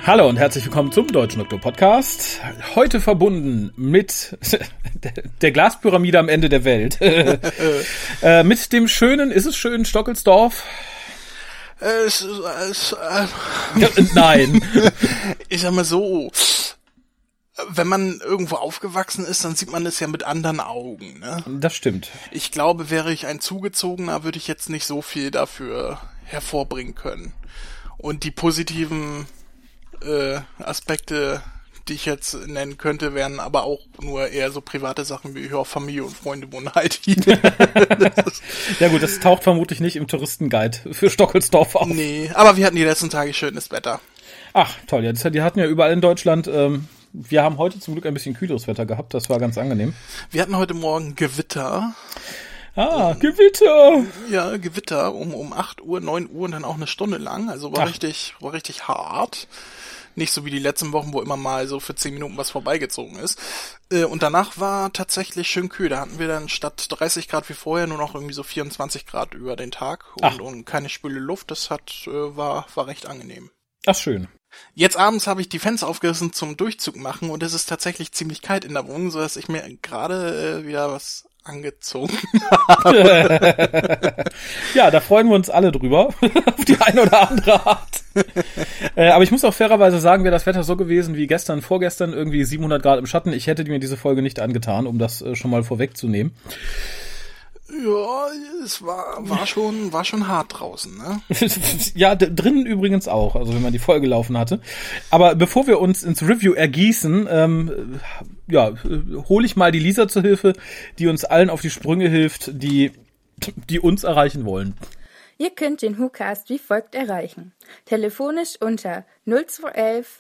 Hallo und herzlich willkommen zum Deutschen Doktor Podcast. Heute verbunden mit der Glaspyramide am Ende der Welt. Mit dem schönen, ist es schön, Stockelsdorf? Nein. Ich sag mal so, wenn man irgendwo aufgewachsen ist, dann sieht man es ja mit anderen Augen, ne? Das stimmt. Ich glaube, wäre ich ein Zugezogener, würde ich jetzt nicht so viel dafür hervorbringen können. Und die positiven Aspekte, die ich jetzt nennen könnte, wären aber auch nur eher so private Sachen wie Familie und Freunde wohnen halt hier. Ja gut, das taucht vermutlich nicht im Touristenguide für Stockelsdorf auf. Nee, aber wir hatten die letzten Tage schönes Wetter. Ach, toll, ja, die hatten ja überall in Deutschland. Wir haben heute zum Glück ein bisschen kühleres Wetter gehabt, das war ganz angenehm. Wir hatten heute Morgen Gewitter. Gewitter! Ja, Gewitter um 8 Uhr, 9 Uhr und dann auch eine Stunde lang. Also war richtig hart. Nicht so wie die letzten Wochen, wo immer mal so für 10 Minuten was vorbeigezogen ist. Und danach war tatsächlich schön kühl. Da hatten wir dann statt 30 Grad wie vorher nur noch irgendwie so 24 Grad über den Tag und keine schwüle Luft. Das war recht angenehm. Ach, schön. Jetzt abends habe ich die Fenster aufgerissen zum Durchzug machen und es ist tatsächlich ziemlich kalt in der Wohnung, sodass ich mir gerade wieder was angezogen habe. Ja, da freuen wir uns alle drüber, auf die eine oder andere Art. Aber ich muss auch fairerweise sagen, wäre das Wetter so gewesen wie gestern, vorgestern, irgendwie 700 Grad im Schatten, ich hätte mir diese Folge nicht angetan, um das schon mal vorwegzunehmen. Ja, es war schon hart draußen, ne? Ja, drinnen übrigens auch, also wenn man die Folge laufen hatte. Aber bevor wir uns ins Review ergießen, hole ich mal die Lisa zur Hilfe, die uns allen auf die Sprünge hilft, die uns erreichen wollen. Ihr könnt den WhoCast wie folgt erreichen. Telefonisch unter 0211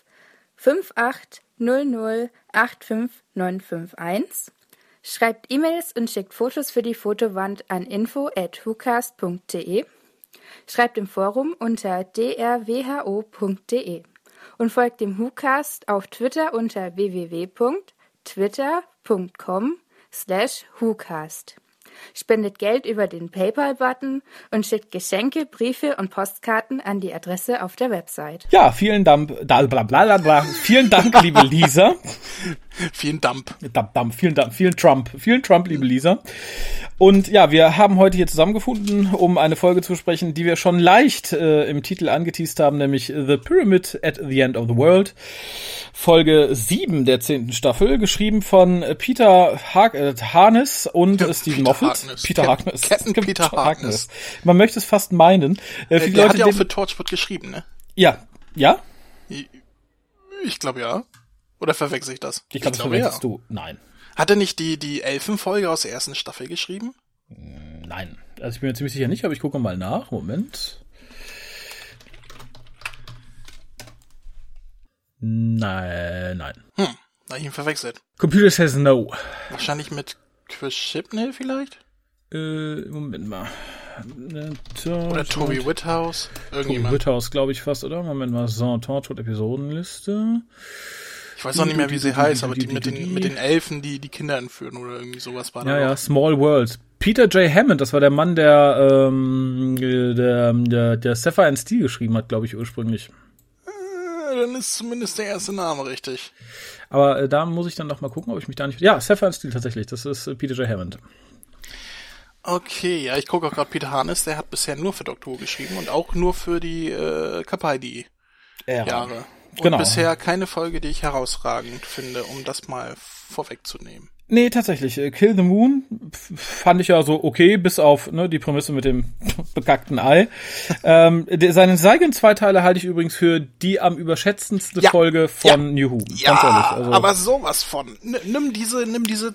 5800 85951. Schreibt E-Mails und schickt Fotos für die Fotowand an info@whocast.de. Schreibt im Forum unter drwho.de und folgt dem WhoCast auf Twitter unter www.twitter.com/WhoCast. Spendet Geld über den PayPal-Button und schickt Geschenke, Briefe und Postkarten an die Adresse auf der Website. Ja, vielen Dank, vielen Dank, liebe Lisa. Vielen Dank. Vielen Trump, liebe Lisa. Und ja, wir haben heute hier zusammengefunden, um eine Folge zu besprechen, die wir schon leicht im Titel angeteast haben, nämlich The Pyramid at the End of the World. Folge 7 der 10. Staffel, geschrieben von Peter Harness und Stephen Moffat. Peter Harkness. Man möchte es fast meinen. Der hat ja auch für Torchwood geschrieben, ne? Ja. Ja? Ich glaube ja. Oder verwechsel ich das? Ich glaube, das verwechselst du. Nein. Hat er nicht die Elfenfolge aus der ersten Staffel geschrieben? Nein. Also ich bin mir ziemlich sicher nicht, aber ich gucke mal nach. Moment. Nein. Da hab ich ihn verwechselt. Computer says no. Wahrscheinlich mit Chris Chibnall vielleicht? Moment mal. Oder Toby Whithouse. Toby Whithouse, glaube ich fast, oder? Moment mal. Torchwood-Episodenliste. Ich weiß auch nicht mehr, wie sie heißt, aber die mit den Elfen, die Kinder entführen oder irgendwie sowas war da. Ja, Small Worlds. Peter J. Hammond, das war der Mann, der Sapphire and Steel geschrieben hat, glaube ich, ursprünglich. Dann ist zumindest der erste Name richtig. Aber da muss ich dann noch mal gucken, ob ich mich da nicht... Ja, Sapphire and Steel tatsächlich, das ist Peter J. Hammond. Okay, ja, ich gucke auch gerade Peter Harness, der hat bisher nur für Doctor Who geschrieben und auch nur für die Capaldi-Jahre. Und genau. Bisher keine Folge, die ich herausragend finde, um das mal vorwegzunehmen. Nee, tatsächlich. Kill the Moon fand ich ja so okay, bis auf die Prämisse mit dem bekackten Ei. Seine seinen 2 Teile halte ich übrigens für die am überschätzendste Folge von New Who. Ja, ganz ehrlich. Also, aber sowas von. Nimm diese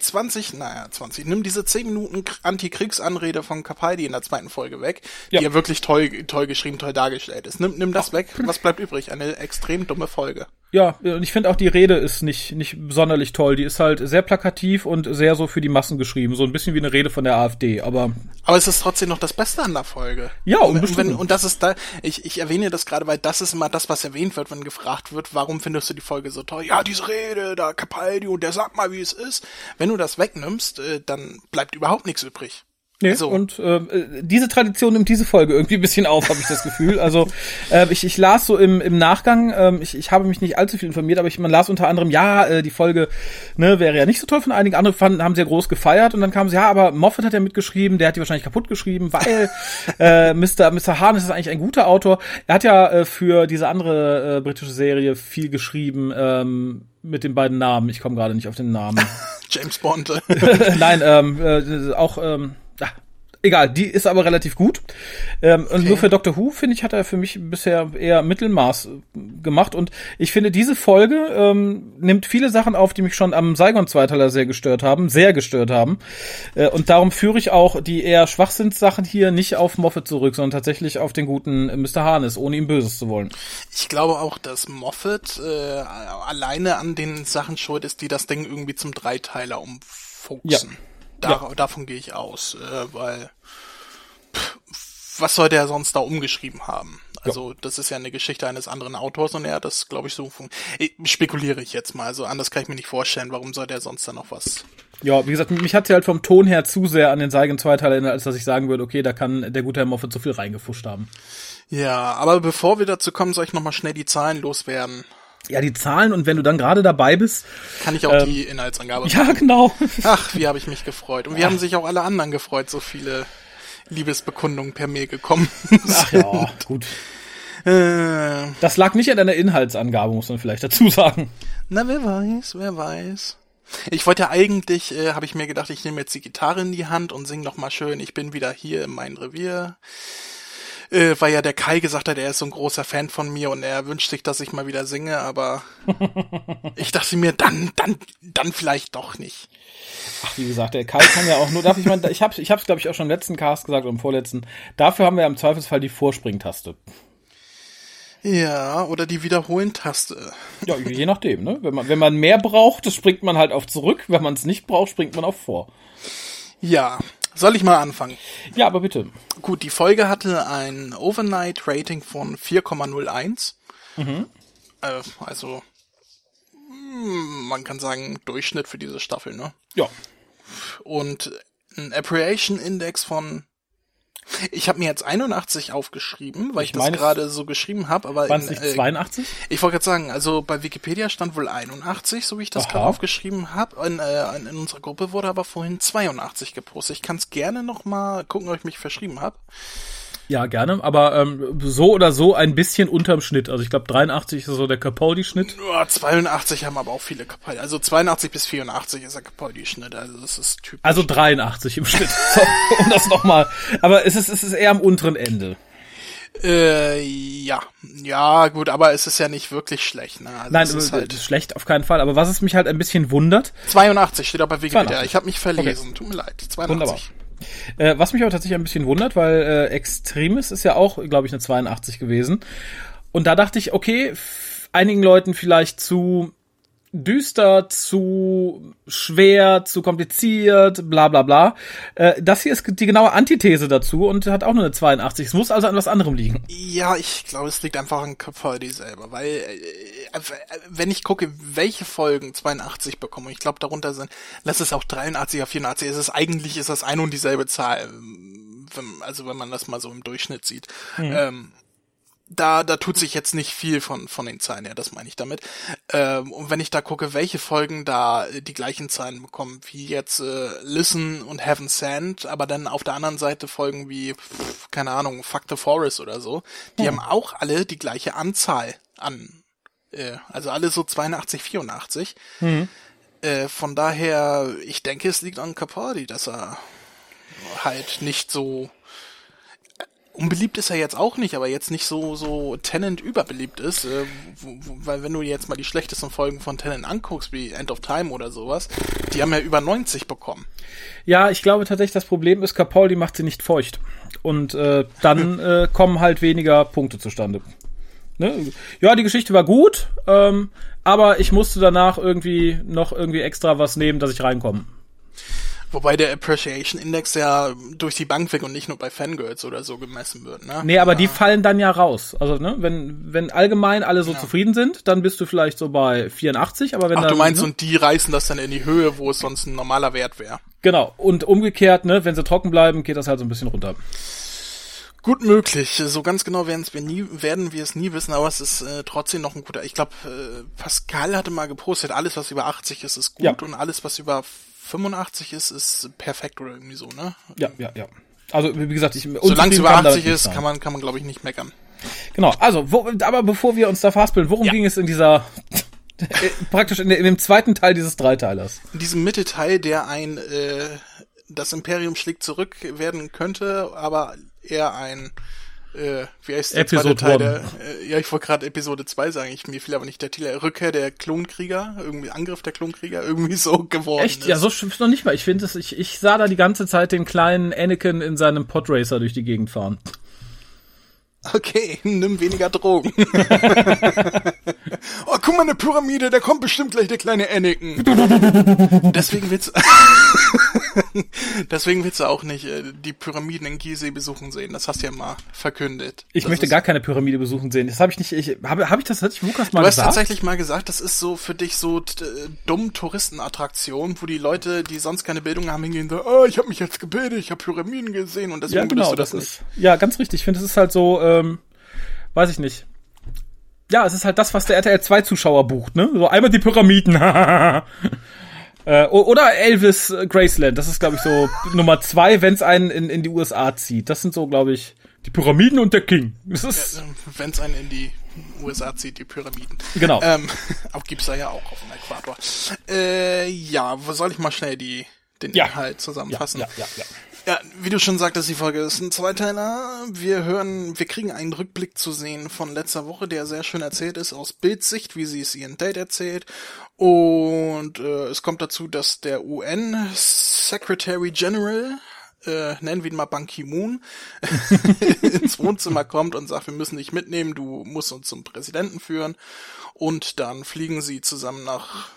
10 Minuten Antikriegsanrede von Capaldi in der 2. Folge weg, die ja wirklich toll geschrieben, toll dargestellt ist. Nimm das weg, was bleibt übrig? Eine extrem dumme Folge. Ja, und ich finde auch die Rede ist nicht sonderlich toll. Die ist halt sehr plakativ und sehr so für die Massen geschrieben. So ein bisschen wie eine Rede von der AfD, aber es ist trotzdem noch das Beste an der Folge. Ja, und das ist da, ich erwähne das gerade, weil das ist immer das, was erwähnt wird, wenn gefragt wird, warum findest du die Folge so toll? Ja, diese Rede, da Capaldi und der sagt mal, wie es ist. Wenn du das wegnimmst, dann bleibt überhaupt nichts übrig. Nee, also, und diese Tradition nimmt diese Folge irgendwie ein bisschen auf, habe ich das Gefühl. Also ich las so im Nachgang, ich habe mich nicht allzu viel informiert, aber man las unter anderem, die Folge wäre ja nicht so toll von einigen, andere haben sehr groß gefeiert und dann kam sie, aber Moffat hat ja mitgeschrieben, der hat die wahrscheinlich kaputt geschrieben, weil Mr. Harness ist eigentlich ein guter Autor. Er hat ja für diese andere britische Serie viel geschrieben, mit den beiden Namen. Ich komme gerade nicht auf den Namen. James Bond. Nein, egal, die ist aber relativ gut. Und nur für Doctor Who, finde ich, hat er für mich bisher eher Mittelmaß gemacht. Und ich finde, diese Folge nimmt viele Sachen auf, die mich schon am Saigon-Zweiteiler sehr gestört haben. Und darum führe ich auch die eher Schwachsinnssachen hier nicht auf Moffat zurück, sondern tatsächlich auf den guten Mr. Harness, ohne ihm Böses zu wollen. Ich glaube auch, dass Moffat alleine an den Sachen schuld ist, die das Ding irgendwie zum Dreiteiler umfuchsen. Ja. Davon gehe ich aus, weil was soll der sonst da umgeschrieben haben? Also das ist ja eine Geschichte eines anderen Autors und er hat das, glaube ich, so spekuliere ich jetzt mal. Also anders kann ich mir nicht vorstellen, warum soll der sonst da noch was... Ja, wie gesagt, mich hat sie halt vom Ton her zu sehr an den Saigon-Zweiteiler erinnert, als dass ich sagen würde, okay, da kann der gute Herr Moffat so viel reingefuscht haben. Ja, aber bevor wir dazu kommen, soll ich nochmal schnell die Zahlen loswerden. Ja, die Zahlen, und wenn du dann gerade dabei bist... Kann ich auch die Inhaltsangabe machen. Ja, genau. Ach, wie habe ich mich gefreut. Und wie haben sich auch alle anderen gefreut, so viele Liebesbekundungen per Mail gekommen sind. Ach ja, gut. Das lag nicht an deiner Inhaltsangabe, muss man vielleicht dazu sagen. Na, wer weiß. Ich wollte ja eigentlich, habe ich mir gedacht, ich nehme jetzt die Gitarre in die Hand und sing noch mal schön, ich bin wieder hier in meinem Revier. Weil ja der Kai gesagt hat, er ist so ein großer Fan von mir und er wünscht sich, dass ich mal wieder singe, aber ich dachte mir, dann vielleicht doch nicht. Ach, wie gesagt, der Kai kann ja auch nur, ich hab's glaube ich auch schon im letzten Cast gesagt oder im vorletzten, dafür haben wir im Zweifelsfall die Vorspringtaste. Ja, oder die Wiederholen-Taste. Ja, je nachdem, ne? Wenn man mehr braucht, springt man halt auf zurück, wenn man es nicht braucht, springt man auf vor. Ja. Soll ich mal anfangen? Ja, aber bitte. Gut, die Folge hatte ein Overnight-Rating von 4,01. Also, man kann sagen, Durchschnitt für diese Staffel, ne? Ja. Und ein Appreciation-Index von... Ich habe mir jetzt 81 aufgeschrieben, weil ich das gerade so geschrieben habe, aber waren es nicht 82? Ich wollte gerade sagen, also bei Wikipedia stand wohl 81, so wie ich das gerade aufgeschrieben habe. In unserer Gruppe wurde aber vorhin 82 gepostet. Ich kann es gerne noch mal gucken, ob ich mich verschrieben habe. Ja, gerne, aber so oder so ein bisschen unterm Schnitt. Also ich glaube 83 ist so der Capaldi-Schnitt. Ja, 82 haben aber auch viele Capaldi. Also 82 bis 84 ist der Capaldi-Schnitt. Also das ist typisch. Also 83 im Schnitt. So, um das nochmal. Aber es ist eher am unteren Ende. Ja, gut, aber es ist ja nicht wirklich schlecht. Ne? Also nein, es ist halt schlecht auf keinen Fall. Aber was es mich halt ein bisschen wundert. 82 steht auch bei Wikipedia. 82. Ich habe mich verlesen. Okay. Tut mir leid. 82. Wunderbar. Was mich aber tatsächlich ein bisschen wundert, weil Extremis ist ja auch, glaube ich, eine 82 gewesen. Und da dachte ich, okay, einigen Leuten vielleicht zu düster, zu schwer, zu kompliziert, bla bla bla. Das hier ist die genaue Antithese dazu und hat auch nur eine 82. Es muss also an was anderem liegen. Ja, ich glaube, es liegt einfach an Capaldi selber, weil wenn ich gucke, welche Folgen 82 bekommen, und ich glaube, darunter sind, lass es auch 83 oder 84, eigentlich ist das ein und dieselbe Zahl, wenn man das mal so im Durchschnitt sieht. Da tut sich jetzt nicht viel von den Zahlen her, das meine ich damit. Und wenn ich da gucke, welche Folgen da die gleichen Zahlen bekommen, wie jetzt Listen und Heaven Sent, aber dann auf der anderen Seite Folgen wie, keine Ahnung, Fuck the Forest oder so, die haben auch alle die gleiche Anzahl an, also alle so 82, 84. Von daher, ich denke, es liegt an Capaldi, dass er halt nicht so... Unbeliebt ist er jetzt auch nicht, aber jetzt nicht so Tennant überbeliebt ist, weil wenn du jetzt mal die schlechtesten Folgen von Tennant anguckst, wie End of Time oder sowas, die haben ja über 90 bekommen. Ja, ich glaube tatsächlich, das Problem ist, Capaldi macht sie nicht feucht. Und dann kommen halt weniger Punkte zustande. Ne? Ja, die Geschichte war gut, aber ich musste danach irgendwie extra was nehmen, dass ich reinkomme. Wobei der Appreciation Index ja durch die Bank weg und nicht nur bei Fangirls oder so gemessen wird, ne? Nee, aber die fallen dann ja raus. Also, ne, wenn allgemein alle so zufrieden sind, dann bist du vielleicht so bei 84, aber wenn Ach, dann, du meinst, ne? und die reißen das dann in die Höhe, wo es sonst ein normaler Wert wäre. Genau. Und umgekehrt, ne, wenn sie trocken bleiben, geht das halt so ein bisschen runter. Gut möglich. So ganz genau werden wir es nie wissen, aber es ist trotzdem noch ein guter. Ich glaube, Pascal hatte mal gepostet, alles was über 80 ist gut, ja. Und alles was über 85 ist perfekt oder irgendwie so, ne? Ja. Also wie gesagt, solange es über 80 ist, kann man glaube ich nicht meckern. Genau. Also, aber bevor wir uns da fastbilden, worum ging es in dieser praktisch in dem zweiten Teil dieses Dreiteilers? In diesem Mittelteil, der das Imperium schlägt zurück werden könnte, aber eher ein wie heißt der zweite Teil? Ich wollte gerade Episode 2 sagen, mir fiel aber nicht der Titel. Rückkehr der Klonkrieger, irgendwie Angriff der Klonkrieger, irgendwie so geworden. Echt? Ja, so stimmt noch nicht mal. Ich finde ich sah da die ganze Zeit den kleinen Anakin in seinem Podracer durch die Gegend fahren. Okay, nimm weniger Drogen. Oh, guck mal, eine Pyramide, da kommt bestimmt gleich der kleine Anakin. Deswegen willst du auch nicht die Pyramiden in Gizeh besuchen sehen. Das hast du ja mal verkündet. Ich möchte gar keine Pyramide besuchen sehen. Das habe ich nicht. Hatte ich Lukas mal gesagt? Du hast tatsächlich mal gesagt, das ist so für dich so dumm Touristenattraktion, wo die Leute, die sonst keine Bildung haben, hingehen so, ich habe mich jetzt gebildet, ich habe Pyramiden gesehen und deswegen willst du das nicht. Ist, ja, ganz richtig. Ich finde, es ist halt so, weiß ich nicht. Ja, es ist halt das, was der RTL 2 Zuschauer bucht, ne? So einmal die Pyramiden. Oder Elvis Graceland. Das ist, glaube ich, so Nummer 2, wenn es einen in die USA zieht. Das sind so, glaube ich, die Pyramiden und der King. Das ist wenn es einen in die USA zieht, die Pyramiden. Genau. Auch gibt's da ja auch auf dem Äquator. Wo soll ich mal schnell den Inhalt zusammenfassen? Ja, wie du schon sagtest, die Folge ist ein Zweiteiler. Wir kriegen einen Rückblick zu sehen von letzter Woche, der sehr schön erzählt ist, aus Bildsicht, wie sie es ihren Date erzählt. Und es kommt dazu, dass der UN Secretary General, nennen wir ihn mal Ban Ki-moon, ins Wohnzimmer kommt und sagt, wir müssen dich mitnehmen, du musst uns zum Präsidenten führen. Und dann fliegen sie zusammen nach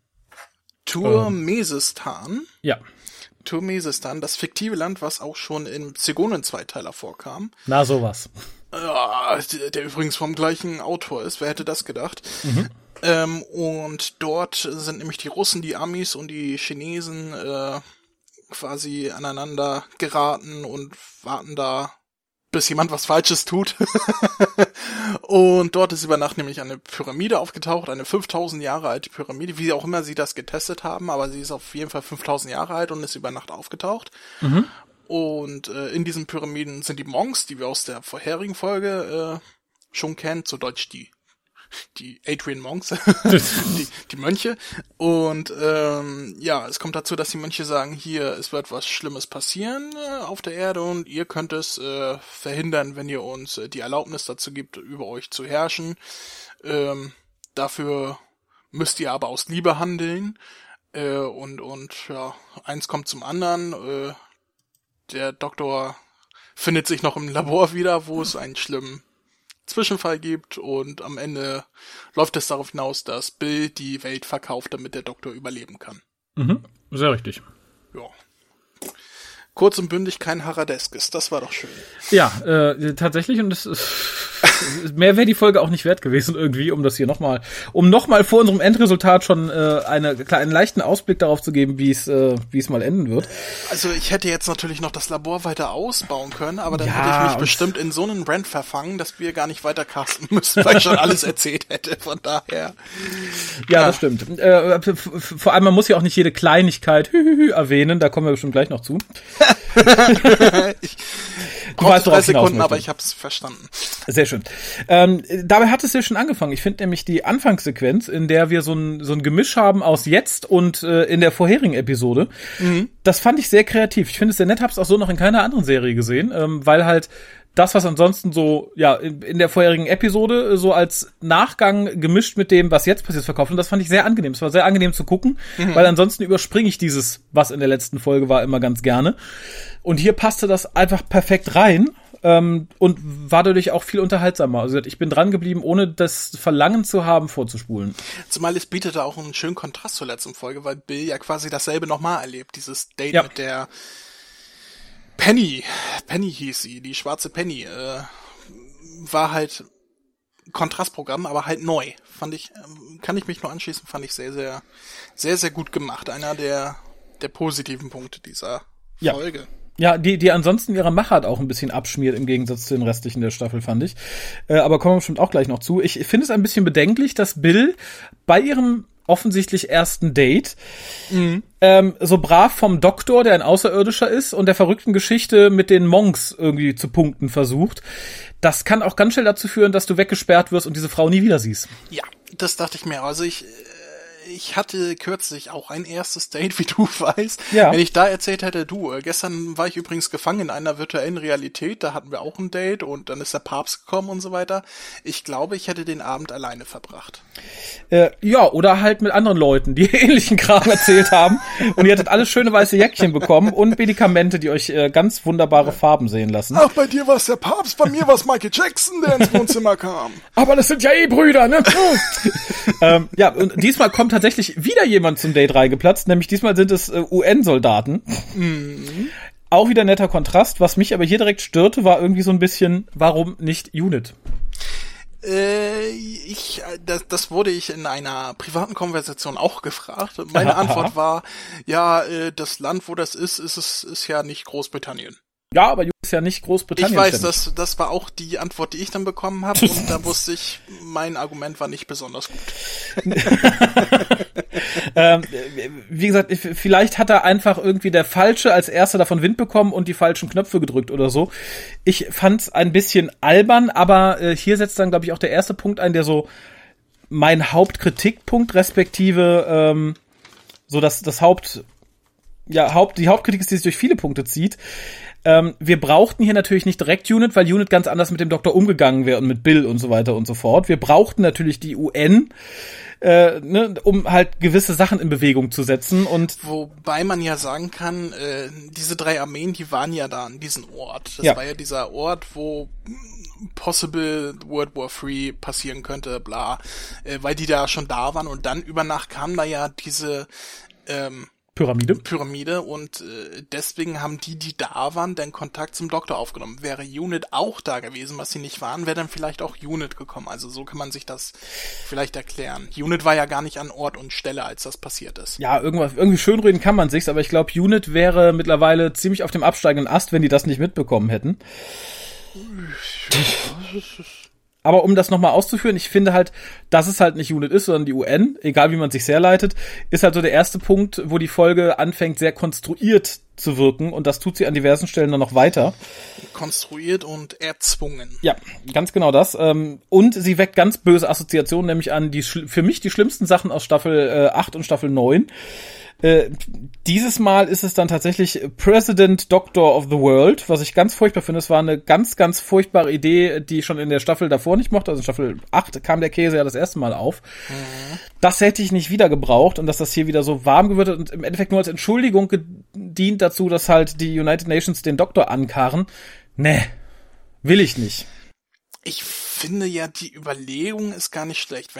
Turkmenistan. Ja. Turkmenistan, das fiktive Land, was auch schon im Zigonen-Zweiteiler vorkam. Na, sowas. Ja, der übrigens vom gleichen Autor ist, wer hätte das gedacht? Mhm. Und dort sind nämlich die Russen, die Amis und die Chinesen quasi aneinander geraten und warten da, bis jemand was Falsches tut. Und dort ist über Nacht nämlich eine Pyramide aufgetaucht, eine 5000 Jahre alte Pyramide, wie auch immer sie das getestet haben, aber sie ist auf jeden Fall 5000 Jahre alt und ist über Nacht aufgetaucht. Mhm. Und in diesen Pyramiden sind die Monks, die wir aus der vorherigen Folge schon kennen, zu Deutsch die Adrian Monks, die Mönche. Und es kommt dazu, dass die Mönche sagen, hier, es wird was Schlimmes passieren auf der Erde und ihr könnt es verhindern, wenn ihr uns die Erlaubnis dazu gibt, über euch zu herrschen. Dafür müsst ihr aber aus Liebe handeln. Und eins kommt zum anderen. Der Doktor findet sich noch im Labor wieder, wo es einen schlimmen Zwischenfall gibt und am Ende läuft es darauf hinaus, dass Bill die Welt verkauft, damit der Doktor überleben kann. Mhm, sehr richtig. Ja. Kurz und bündig, kein Haradeskis, das war doch schön. Ja, tatsächlich, und mehr wäre die Folge auch nicht wert gewesen irgendwie, um das hier nochmal vor unserem Endresultat schon einen leichten Ausblick darauf zu geben, wie es mal enden wird. Also ich hätte jetzt natürlich noch das Labor weiter ausbauen können, aber dann hätte ich mich bestimmt in so einen Brand verfangen, dass wir gar nicht weiter casten müssen, weil ich schon alles erzählt hätte, von daher. Ja, das stimmt. Vor allem, man muss ja auch nicht jede Kleinigkeit erwähnen, da kommen wir bestimmt gleich noch zu. Ich brauchte 3 Sekunden, aber ich habe es verstanden. Sehr schön. Dabei hat es ja schon angefangen. Ich finde nämlich die Anfangssequenz, in der wir so ein Gemisch haben aus jetzt und in der vorherigen Episode, das fand ich sehr kreativ. Ich finde es sehr nett, habe es auch so noch in keiner anderen Serie gesehen, weil halt das, was ansonsten so, ja, in der vorherigen Episode so als Nachgang gemischt mit dem, was jetzt passiert, verkauft. Und das fand ich sehr angenehm. Es war sehr angenehm zu gucken, weil ansonsten überspringe ich dieses, was in der letzten Folge war, immer ganz gerne. Und hier passte das einfach perfekt rein. Und war dadurch auch viel unterhaltsamer. Also ich bin dran geblieben, ohne das Verlangen zu haben, vorzuspulen. Zumal es bietete auch einen schönen Kontrast zur letzten Folge, weil Bill ja quasi dasselbe nochmal erlebt. Dieses Date mit der Penny hieß sie, die schwarze Penny, war halt Kontrastprogramm, aber halt neu. Kann ich mich nur anschließen, fand ich sehr, sehr, sehr, sehr gut gemacht. Einer der positiven Punkte dieser Folge. Ja, die ansonsten ihre Machart auch ein bisschen abschmiert im Gegensatz zu den restlichen der Staffel, fand ich. Aber kommen wir bestimmt auch gleich noch zu. Ich finde es ein bisschen bedenklich, dass Bill bei ihrem offensichtlich ersten Date so brav vom Doktor, der ein Außerirdischer ist, und der verrückten Geschichte mit den Monks irgendwie zu punkten versucht. Das kann auch ganz schnell dazu führen, dass du weggesperrt wirst und diese Frau nie wieder siehst. Ja, das dachte ich mir. Also ich hatte kürzlich auch ein erstes Date, wie du weißt. Ja. Wenn ich da erzählt hätte, gestern war ich übrigens gefangen in einer virtuellen Realität, da hatten wir auch ein Date und dann ist der Papst gekommen und so weiter. Ich glaube, ich hätte den Abend alleine verbracht. Ja, oder halt mit anderen Leuten, die ähnlichen Kram erzählt haben und ihr hättet alles schöne weiße Jäckchen bekommen und Medikamente, die euch ganz wunderbare Farben sehen lassen. Ach, bei dir war es der Papst, bei mir war es Michael Jackson, der ins Wohnzimmer kam. Aber das sind ja Brüder, ne? Ja, und diesmal kommt tatsächlich wieder jemand zum Date reingeplatzt, nämlich diesmal sind es UN-Soldaten. Auch wieder netter Kontrast. Was mich aber hier direkt störte, war irgendwie so ein bisschen, warum nicht Unit? Das wurde ich in einer privaten Konversation auch gefragt. Meine Antwort war, das Land, wo das ist ja nicht Großbritannien. Ja, aber ist ja nicht Großbritannien. Ich weiß, das war auch die Antwort, die ich dann bekommen habe und da wusste ich, mein Argument war nicht besonders gut. Wie gesagt, vielleicht hat er einfach irgendwie der Falsche als Erster davon Wind bekommen und die falschen Knöpfe gedrückt oder so. Ich fand's ein bisschen albern, aber hier setzt dann, glaube ich, auch der erste Punkt ein, der so mein Hauptkritikpunkt respektive so die Hauptkritik ist, die sich durch viele Punkte zieht. Wir brauchten hier natürlich nicht direkt Unit, weil Unit ganz anders mit dem Doktor umgegangen wäre und mit Bill und so weiter und so fort. Wir brauchten natürlich die UN, um halt gewisse Sachen in Bewegung zu setzen. Und wobei man ja sagen kann, diese 3 Armeen, die waren ja da an diesem Ort. Das war ja dieser Ort, wo possible World War III passieren könnte, bla, weil die da schon da waren und dann über Nacht kam da ja diese Pyramide und deswegen haben die da waren, dann Kontakt zum Doktor aufgenommen. Wäre Unit auch da gewesen, was sie nicht waren, wäre dann vielleicht auch Unit gekommen. Also so kann man sich das vielleicht erklären. Unit war ja gar nicht an Ort und Stelle, als das passiert ist. Ja, irgendwie schönreden kann man sich's, aber ich glaube, Unit wäre mittlerweile ziemlich auf dem absteigenden Ast, wenn die das nicht mitbekommen hätten. Aber um das nochmal auszuführen, ich finde halt, dass es halt nicht Unit ist, sondern die UN, egal wie man sich herleitet, ist halt so der erste Punkt, wo die Folge anfängt, sehr konstruiert zu wirken. Und das tut sie an diversen Stellen dann noch weiter. Konstruiert und erzwungen. Ja, ganz genau das. Und sie weckt ganz böse Assoziationen, nämlich an für mich die schlimmsten Sachen aus Staffel 8 und Staffel 9. Dieses Mal ist es dann tatsächlich President Doctor of the World, was ich ganz furchtbar finde. Es war eine ganz, ganz furchtbare Idee, die ich schon in der Staffel davor nicht mochte. Also in Staffel 8 kam der Käse ja das erste Mal auf. Das hätte ich nicht wieder gebraucht und dass das hier wieder so warm gewürdet und im Endeffekt nur als Entschuldigung gedient dazu, dass halt die United Nations den Doktor ankarren. Nee, will ich nicht. Ich finde ja, die Überlegung ist gar nicht schlecht,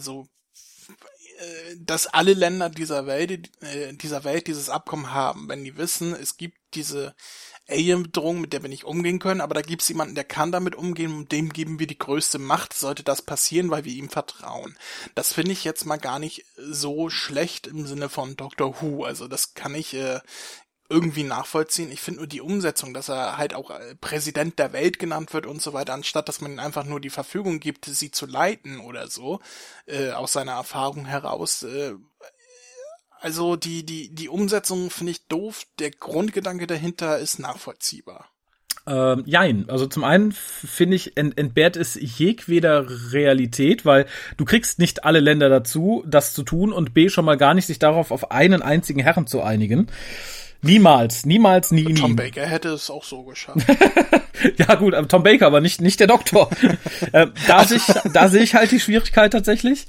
dass alle Länder dieser Welt dieses Abkommen haben, wenn die wissen, es gibt diese Alien-Bedrohung, mit der wir nicht umgehen können, aber da gibt es jemanden, der kann damit umgehen und dem geben wir die größte Macht, sollte das passieren, weil wir ihm vertrauen. Das finde ich jetzt mal gar nicht so schlecht im Sinne von Doctor Who, also das kann ich irgendwie nachvollziehen. Ich finde nur die Umsetzung, dass er halt auch Präsident der Welt genannt wird und so weiter, anstatt dass man ihm einfach nur die Verfügung gibt, sie zu leiten oder so, aus seiner Erfahrung heraus. Also die Umsetzung finde ich doof, der Grundgedanke dahinter ist nachvollziehbar. Jein. Also zum einen finde ich, entbehrt es jedweder Realität, weil du kriegst nicht alle Länder dazu, das zu tun und B schon mal gar nicht, sich darauf auf einen einzigen Herren zu einigen. Niemals, nie. Tom Baker hätte es auch so geschafft. Ja gut, Tom Baker, aber nicht der Doktor. Da sehe ich halt die Schwierigkeit tatsächlich.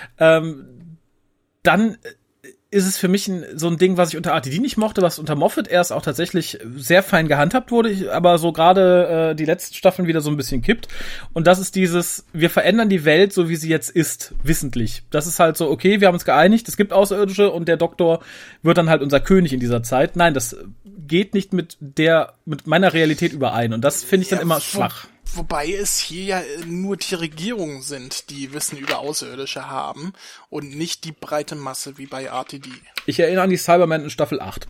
Dann ist es für mich so ein Ding, was ich unter RTD nicht mochte, was unter Moffat erst auch tatsächlich sehr fein gehandhabt wurde, aber so gerade die letzten Staffeln wieder so ein bisschen kippt. Und das ist dieses, wir verändern die Welt so, wie sie jetzt ist, wissentlich. Das ist halt so, okay, wir haben uns geeinigt, es gibt Außerirdische und der Doktor wird dann halt unser König in dieser Zeit. Nein, das geht nicht mit meiner Realität überein. Und das finde ich dann immer schwach. Wobei es hier ja nur die Regierungen sind, die Wissen über Außerirdische haben und nicht die breite Masse wie bei RTD. Ich erinnere an die Cybermen in Staffel 8.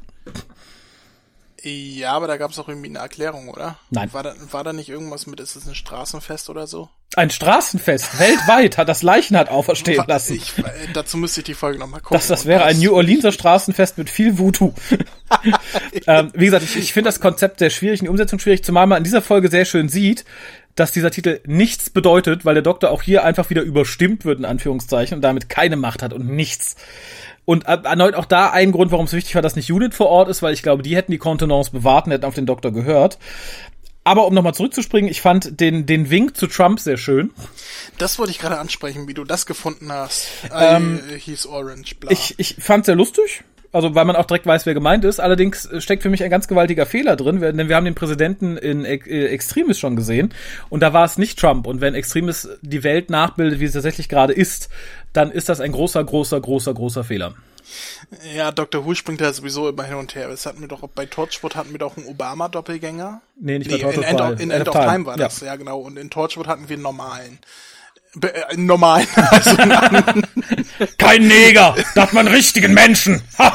Ja, aber da gab es auch irgendwie eine Erklärung, oder? Nein. War da nicht irgendwas mit, ist es ein Straßenfest oder so? Ein Straßenfest, weltweit, hat das Leichenrad auferstehen lassen. Dazu müsste ich die Folge nochmal gucken. Das wäre ein New Orleanser Straßenfest mit viel Voodoo. Wie gesagt, ich finde das Konzept sehr schwierig, in die Umsetzung schwierig, zumal man in dieser Folge sehr schön sieht, dass dieser Titel nichts bedeutet, weil der Doktor auch hier einfach wieder überstimmt wird, in Anführungszeichen, und damit keine Macht hat und nichts. Und erneut auch da ein Grund, warum es wichtig war, dass nicht Unit vor Ort ist, weil ich glaube, die hätten die Kontenance bewahrt und hätten auf den Doktor gehört. Aber um nochmal zurückzuspringen, ich fand den Wink zu Trump sehr schön. Das wollte ich gerade ansprechen, wie du das gefunden hast. Hieß Orange, bla. Ich fand's sehr lustig. Also, weil man auch direkt weiß, wer gemeint ist. Allerdings steckt für mich ein ganz gewaltiger Fehler drin, denn wir haben den Präsidenten in Extremis schon gesehen. Und da war es nicht Trump. Und wenn Extremis die Welt nachbildet, wie es tatsächlich gerade ist, dann ist das ein großer Fehler. Ja, Dr. Who springt da sowieso immer hin und her. Das hatten wir doch, bei Torchwood hatten wir doch einen Obama-Doppelgänger. Nee, nicht bei Torchwood. In End of Time war das, ja genau. Und in Torchwood hatten wir einen normalen. Also kein Neger, das man richtigen Menschen. Da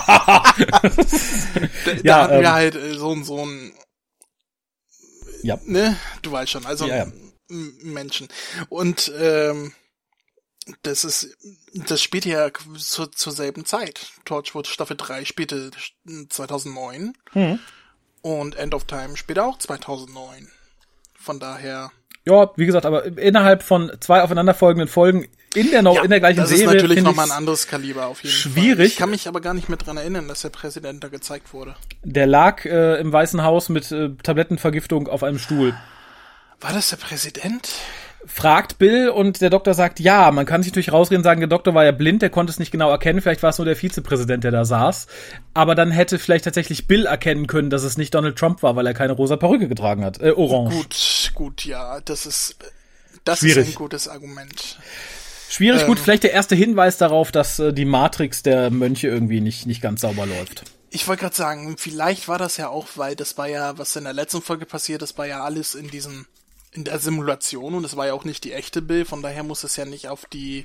hatten wir halt so ein ja. Ne, du weißt schon, also ja. Menschen. Und das spielt ja zur selben Zeit. Torchwood Staffel 3 spielte 2009 und End of Time spielte auch 2009. Von daher... Ja, wie gesagt, aber innerhalb von 2 aufeinanderfolgenden Folgen in der gleichen Serie. Das ist natürlich nochmal ein anderes Kaliber auf jeden Fall. Schwierig. Ich kann mich aber gar nicht mehr dran erinnern, dass der Präsident da gezeigt wurde. Der lag im Weißen Haus mit Tablettenvergiftung auf einem Stuhl. War das der Präsident? Fragt Bill und der Doktor sagt, ja, man kann sich natürlich rausreden und sagen, der Doktor war ja blind, der konnte es nicht genau erkennen, vielleicht war es nur der Vizepräsident, der da saß, aber dann hätte vielleicht tatsächlich Bill erkennen können, dass es nicht Donald Trump war, weil er keine rosa Perücke getragen hat, orange. Gut, ja, das ist ein gutes Argument. Schwierig, gut, vielleicht der erste Hinweis darauf, dass die Matrix der Mönche irgendwie nicht ganz sauber läuft. Ich wollte gerade sagen, vielleicht war das ja auch, weil das war ja, was in der letzten Folge passiert ist, war ja alles in der Simulation und es war ja auch nicht die echte Bill, von daher muss es ja nicht auf die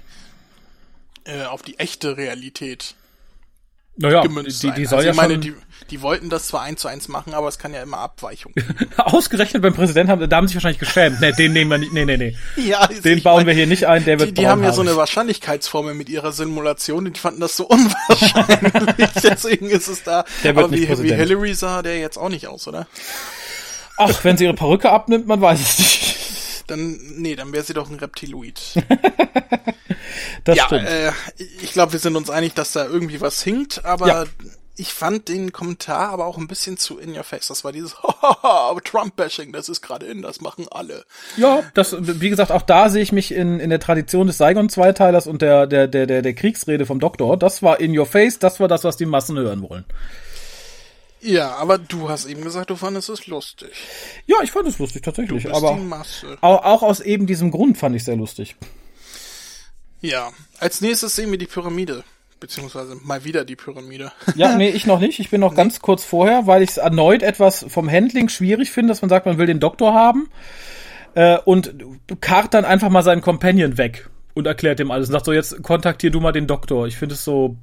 echte Realität gemünzt sein. Die soll ja schon... Die wollten das zwar 1:1 machen, aber es kann ja immer Abweichungen geben. Ausgerechnet beim Präsidenten da haben sie sich wahrscheinlich geschämt. Nee, den nehmen wir nicht. Nee. Ja, den bauen wir hier nicht ein, der wird Die haben ja so eine Wahrscheinlichkeitsformel mit ihrer Simulation und die fanden das so unwahrscheinlich. Deswegen ist es da. Der wird aber nicht wie Hillary sah der jetzt auch nicht aus, oder? Ach, wenn sie ihre Perücke abnimmt, man weiß es nicht. Dann wäre sie doch ein Reptiloid. Das stimmt. Ich glaube, wir sind uns einig, dass da irgendwie was hinkt, aber ich fand den Kommentar aber auch ein bisschen zu in your face. Das war dieses Trump-Bashing, das ist gerade das machen alle. Ja, wie gesagt, auch da sehe ich mich in der Tradition des Saigon-Zweiteilers und der Kriegsrede vom Doktor. Das war in your face, das war das, was die Massen hören wollen. Ja, aber du hast eben gesagt, du fandest es lustig. Ja, ich fand es lustig, tatsächlich. Du bist aber die Masse. Auch aus eben diesem Grund fand ich es sehr lustig. Ja, als nächstes sehen wir die Pyramide. Beziehungsweise mal wieder die Pyramide. Ja, nee, ich noch nicht. Ich bin noch ganz kurz vorher, weil ich es erneut etwas vom Handling schwierig finde, dass man sagt, man will den Doktor haben und karrt dann einfach mal seinen Companion weg und erklärt dem alles und sagt so, jetzt kontaktier du mal den Doktor. Ich finde es so...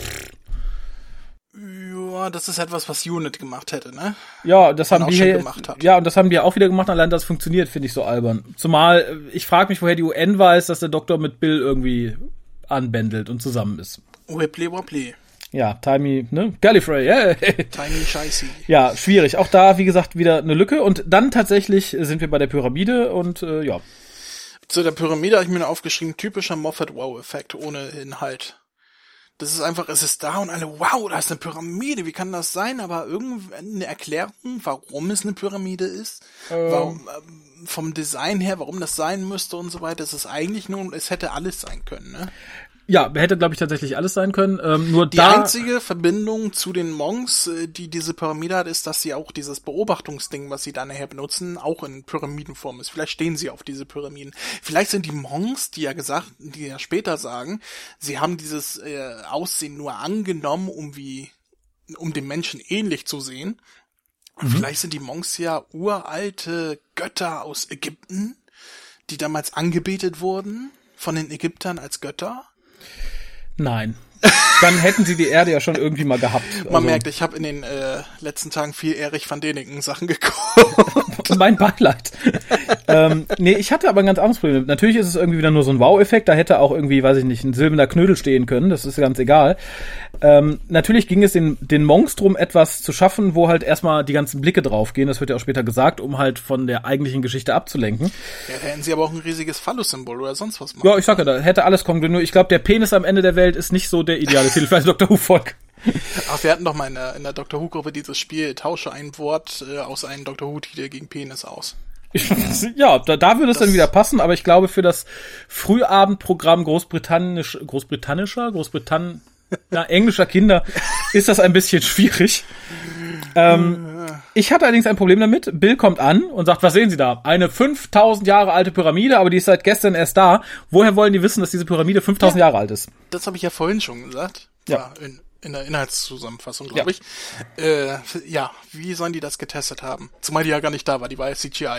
Ja, das ist etwas, was Unit gemacht hätte, ne? Ja, das haben die gemacht hat. Ja, und das haben die auch wieder gemacht, allein das funktioniert, finde ich so albern. Zumal, ich frage mich, woher die UN weiß, dass der Doktor mit Bill irgendwie anbändelt und zusammen ist. Whipley Wobbly. Ja, Timey, ne? Gallifrey, yeah. Timey Scheiße. Ja, schwierig. Auch da, wie gesagt, wieder eine Lücke. Und dann tatsächlich sind wir bei der Pyramide und ja. Zu der Pyramide habe ich mir aufgeschrieben, typischer Moffat-Wow-Effekt ohne Inhalt. Das ist einfach, es ist da und alle, wow, da ist eine Pyramide, wie kann das sein? Aber irgendeine Erklärung, warum es eine Pyramide ist, warum, vom Design her, warum das sein müsste und so weiter, es ist eigentlich nur, es hätte alles sein können, ne? Ja, hätte, glaube ich, tatsächlich alles sein können. Nur die einzige Verbindung zu den Monks, die diese Pyramide hat, ist, dass sie auch dieses Beobachtungsding, was sie da nachher benutzen, auch in Pyramidenform ist. Vielleicht stehen sie auf diese Pyramiden. Vielleicht sind die Monks, die ja später sagen, sie haben dieses Aussehen nur angenommen, um dem Menschen ähnlich zu sehen. Und vielleicht sind die Monks ja uralte Götter aus Ägypten, die damals angebetet wurden von den Ägyptern als Götter. Nein. Dann hätten sie die Erde ja schon irgendwie mal gehabt. Man merkt, ich habe in den letzten Tagen viel Erich van Däniken Sachen geguckt. Mein Beileid. Ich hatte aber ein ganz anderes Problem. Natürlich ist es irgendwie wieder nur so ein Wow-Effekt. Da hätte auch irgendwie, weiß ich nicht, ein silberner Knödel stehen können. Das ist ganz egal. Natürlich ging es den Monks drum, etwas zu schaffen, wo halt erstmal die ganzen Blicke draufgehen. Das wird ja auch später gesagt, um halt von der eigentlichen Geschichte abzulenken. Ja, da hätten sie aber auch ein riesiges Phallus-Symbol oder sonst was machen. Ja, ich sag ja, da hätte alles kommen können. Nur ich glaube, der Penis am Ende der Welt ist nicht so der ideale Titel für ein Dr. Who-Volk. Ach, wir hatten doch mal in der Dr. Who-Gruppe dieses Spiel, tausche ein Wort aus einem Dr. Who-Titel gegen Penis aus. Ja, da würde es dann wieder passen, aber ich glaube, für das Frühabendprogramm englischer Kinder ist das ein bisschen schwierig. Ich hatte allerdings ein Problem damit. Bill kommt an und sagt, was sehen Sie da? Eine 5000 Jahre alte Pyramide, aber die ist seit gestern erst da. Woher wollen die wissen, dass diese Pyramide 5000 Jahre alt ist? Das habe ich ja vorhin schon gesagt. Ja. In der Inhaltszusammenfassung, glaube ich. Wie sollen die das getestet haben? Zumal die ja gar nicht da war, die war ja CGI.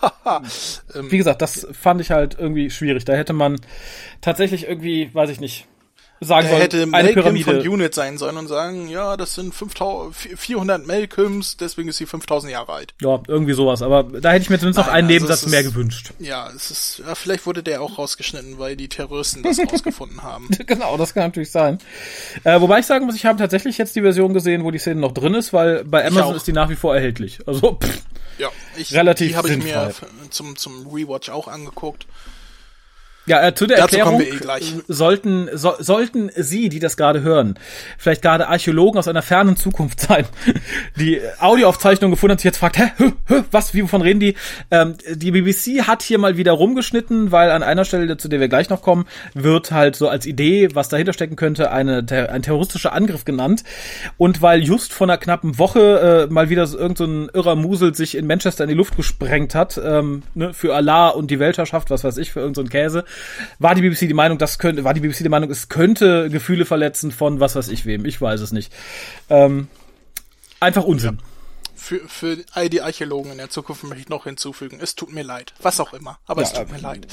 Wie gesagt, das fand ich halt irgendwie schwierig. Da hätte man tatsächlich irgendwie, weiß ich nicht, sagen sollen, hätte eine Pyramide von Unit sein sollen und sagen, ja, das sind 400 Malcolms, deswegen ist sie 5000 Jahre alt. Ja, irgendwie sowas. Aber da hätte ich mir zumindest noch einen Nebensatz mehr gewünscht. Ja, vielleicht wurde der auch rausgeschnitten, weil die Terroristen das rausgefunden haben. Genau, das kann natürlich sein. Wobei ich sagen muss, ich habe tatsächlich jetzt die Version gesehen, wo die Szene noch drin ist, weil bei Amazon ist die nach wie vor erhältlich. Also, ja, relativ die habe ich sinnfrei. mir zum Rewatch auch angeguckt. Ja, zu der Dazu Erklärung kommen wir gleich. sollten Sie, die das gerade hören, vielleicht gerade Archäologen aus einer fernen Zukunft sein, die Audioaufzeichnung gefunden haben, sich jetzt fragt, wovon reden die? Die BBC hat hier mal wieder rumgeschnitten, weil an einer Stelle, zu der wir gleich noch kommen, wird halt so als Idee, was dahinter stecken könnte, ein terroristischer Angriff genannt. Und weil just vor einer knappen Woche mal wieder so irgend so ein irrer Musel sich in Manchester in die Luft gesprengt hat, für Allah und die Weltherrschaft, was weiß ich, für irgend so einen Käse, war die BBC der Meinung, es könnte Gefühle verletzen von was weiß ich wem. Ich weiß es nicht. Einfach Unsinn. Ja. Für all die Archäologen in der Zukunft möchte ich noch hinzufügen, es tut mir leid. Was auch immer, aber es tut mir leid.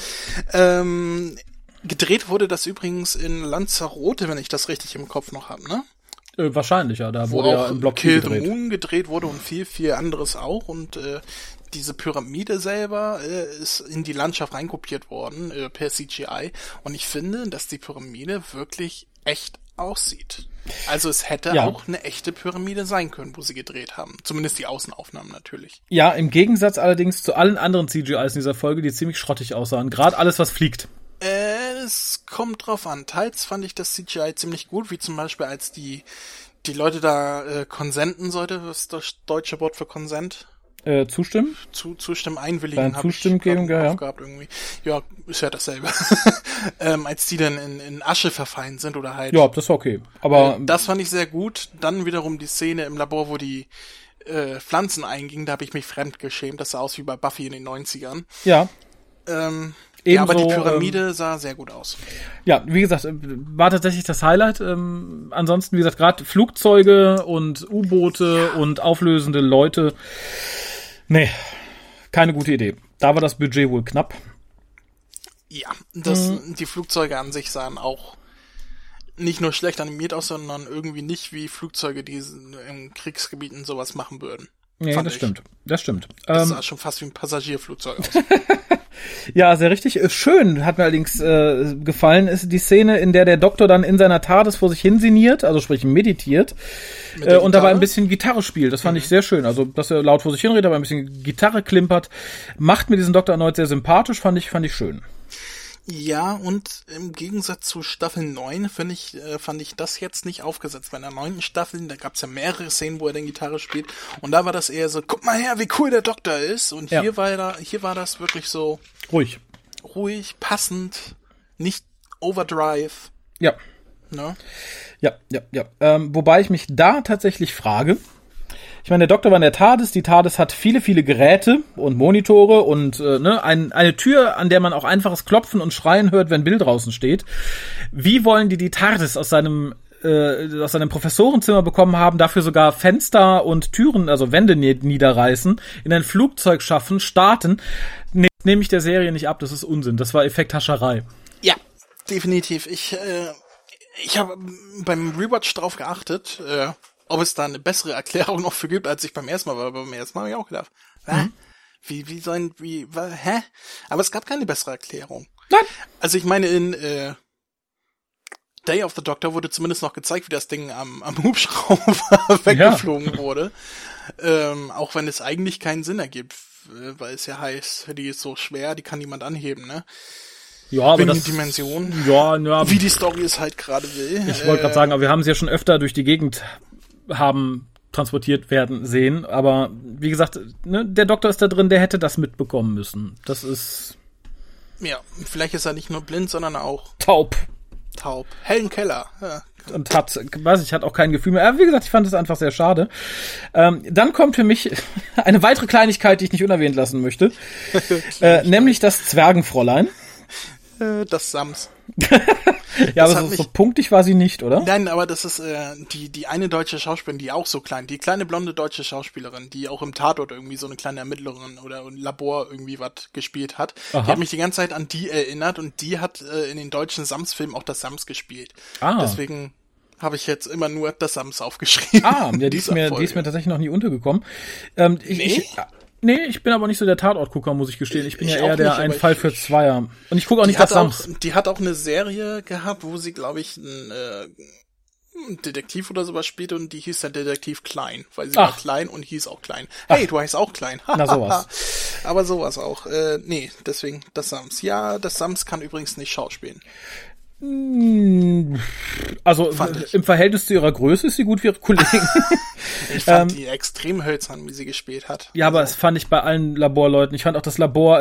Gedreht wurde das übrigens in Lanzarote, wenn ich das richtig im Kopf noch habe, ne? Wahrscheinlich, ja. Da wo wurde ja im Block Kill the Moon gedreht wurde und viel anderes auch. Und diese Pyramide selber ist in die Landschaft reinkopiert worden per CGI. Und ich finde, dass die Pyramide wirklich echt aussieht. Also es hätte auch eine echte Pyramide sein können, wo sie gedreht haben. Zumindest die Außenaufnahmen natürlich. Ja, im Gegensatz allerdings zu allen anderen CGIs in dieser Folge, die ziemlich schrottig aussahen. Gerade alles, was fliegt. Es kommt drauf an. Teils fand ich das CGI ziemlich gut, wie zum Beispiel als die Leute da konsenten sollte, was ist das deutsche Wort für Konsent? Zustimmen? Zustimmen, einwilligen habe ich gehabt irgendwie. Ja, ist ja dasselbe. Als die dann in Asche verfallen sind oder halt. Ja, das war okay. Aber das fand ich sehr gut. Dann wiederum die Szene im Labor, wo die Pflanzen eingingen, da habe ich mich fremd geschämt. Das sah aus wie bei Buffy in den 90ern. Ja. Aber die Pyramide sah sehr gut aus. Ja, wie gesagt, war tatsächlich das Highlight. Ansonsten, wie gesagt, gerade Flugzeuge und U-Boote und auflösende Leute. Nee, keine gute Idee. Da war das Budget wohl knapp. Ja, die Flugzeuge an sich sahen auch nicht nur schlecht animiert aus, sondern irgendwie nicht wie Flugzeuge, die in Kriegsgebieten sowas machen würden. Nee, das stimmt. Das sah schon fast wie ein Passagierflugzeug aus. Ja, sehr richtig. Schön hat mir allerdings gefallen, ist die Szene, in der Doktor dann in seiner TARDIS vor sich hin sinniert, also sprich meditiert, und dabei ein bisschen Gitarre spielt. Das fand ich sehr schön. Also, dass er laut vor sich hinredet, aber ein bisschen Gitarre klimpert, macht mir diesen Doktor erneut sehr sympathisch, fand ich schön. Ja, und im Gegensatz zu Staffel 9 fand ich das jetzt nicht aufgesetzt. Bei der 9. Staffel, da gab's ja mehrere Szenen, wo er dann Gitarre spielt. Und da war das eher so, guck mal her, wie cool der Doktor ist. Und hier war das wirklich so ruhig, passend, nicht Overdrive. Ja. Ne? Ja. Wobei ich mich da tatsächlich frage, ich meine, der Doktor war in der TARDIS, die TARDIS hat viele, viele Geräte und Monitore und eine Tür, an der man auch einfaches Klopfen und Schreien hört, wenn Bill draußen steht. Wie wollen die TARDIS aus seinem Professorenzimmer bekommen haben, dafür sogar Fenster und Türen, also Wände niederreißen, in ein Flugzeug schaffen, starten? Nee, nehme ich der Serie nicht ab, das ist Unsinn, das war Effekthascherei. Ja, definitiv. Ich habe beim Rewatch drauf geachtet, ob es da eine bessere Erklärung noch für gibt, als ich beim ersten Mal war. Beim ersten Mal habe ich auch gedacht, hä? Aber es gab keine bessere Erklärung. Nein. Also ich meine, in Day of the Doctor wurde zumindest noch gezeigt, wie das Ding am Hubschrauber weggeflogen wurde. Auch wenn es eigentlich keinen Sinn ergibt, weil es ja heißt, die ist so schwer, die kann niemand anheben, ne? Ja, aber wegen das, die Dimension, wie die Story es halt gerade will. Ich wollte gerade sagen, aber wir haben sie ja schon öfter durch die Gegend haben transportiert werden sehen, aber wie gesagt, ne, der Doktor ist da drin, der hätte das mitbekommen müssen. Das ist... Ja, vielleicht ist er nicht nur blind, sondern auch... Taub. Helen Keller. Ja. Und hat auch kein Gefühl mehr. Aber wie gesagt, ich fand es einfach sehr schade. Dann kommt für mich eine weitere Kleinigkeit, die ich nicht unerwähnt lassen möchte. Nämlich das Zwergenfräulein. Das Sams. Ja, aber so punktig war sie nicht, oder? Nein, aber das ist die eine deutsche Schauspielerin, die auch so klein, die kleine blonde deutsche Schauspielerin, die auch im Tatort irgendwie so eine kleine Ermittlerin oder im Labor irgendwie was gespielt hat. Aha. Die hat mich die ganze Zeit an die erinnert und die hat in den deutschen Sams-Filmen auch das Sams gespielt. Deswegen habe ich jetzt immer nur das Sams aufgeschrieben. Ja, die ist mir tatsächlich noch nie untergekommen. Ich bin aber nicht so der Tatortgucker, muss ich gestehen. Ich bin ja eher der Ein Fall für Zweier. Und ich gucke auch nicht das Sams. Die hat auch eine Serie gehabt, wo sie, glaube ich, ein Detektiv oder sowas spielte und die hieß der Detektiv Klein, weil sie war klein und hieß auch Klein. Hey, du heißt auch Klein. Na, sowas. Aber sowas auch. Deswegen das Sams. Ja, das Sams kann übrigens nicht schauspielen. Also im Verhältnis zu ihrer Größe ist sie gut wie ihre Kollegen. Ich fand die extrem hölzern, wie sie gespielt hat. Ja, aber das fand ich bei allen Laborleuten. Ich fand auch das Labor,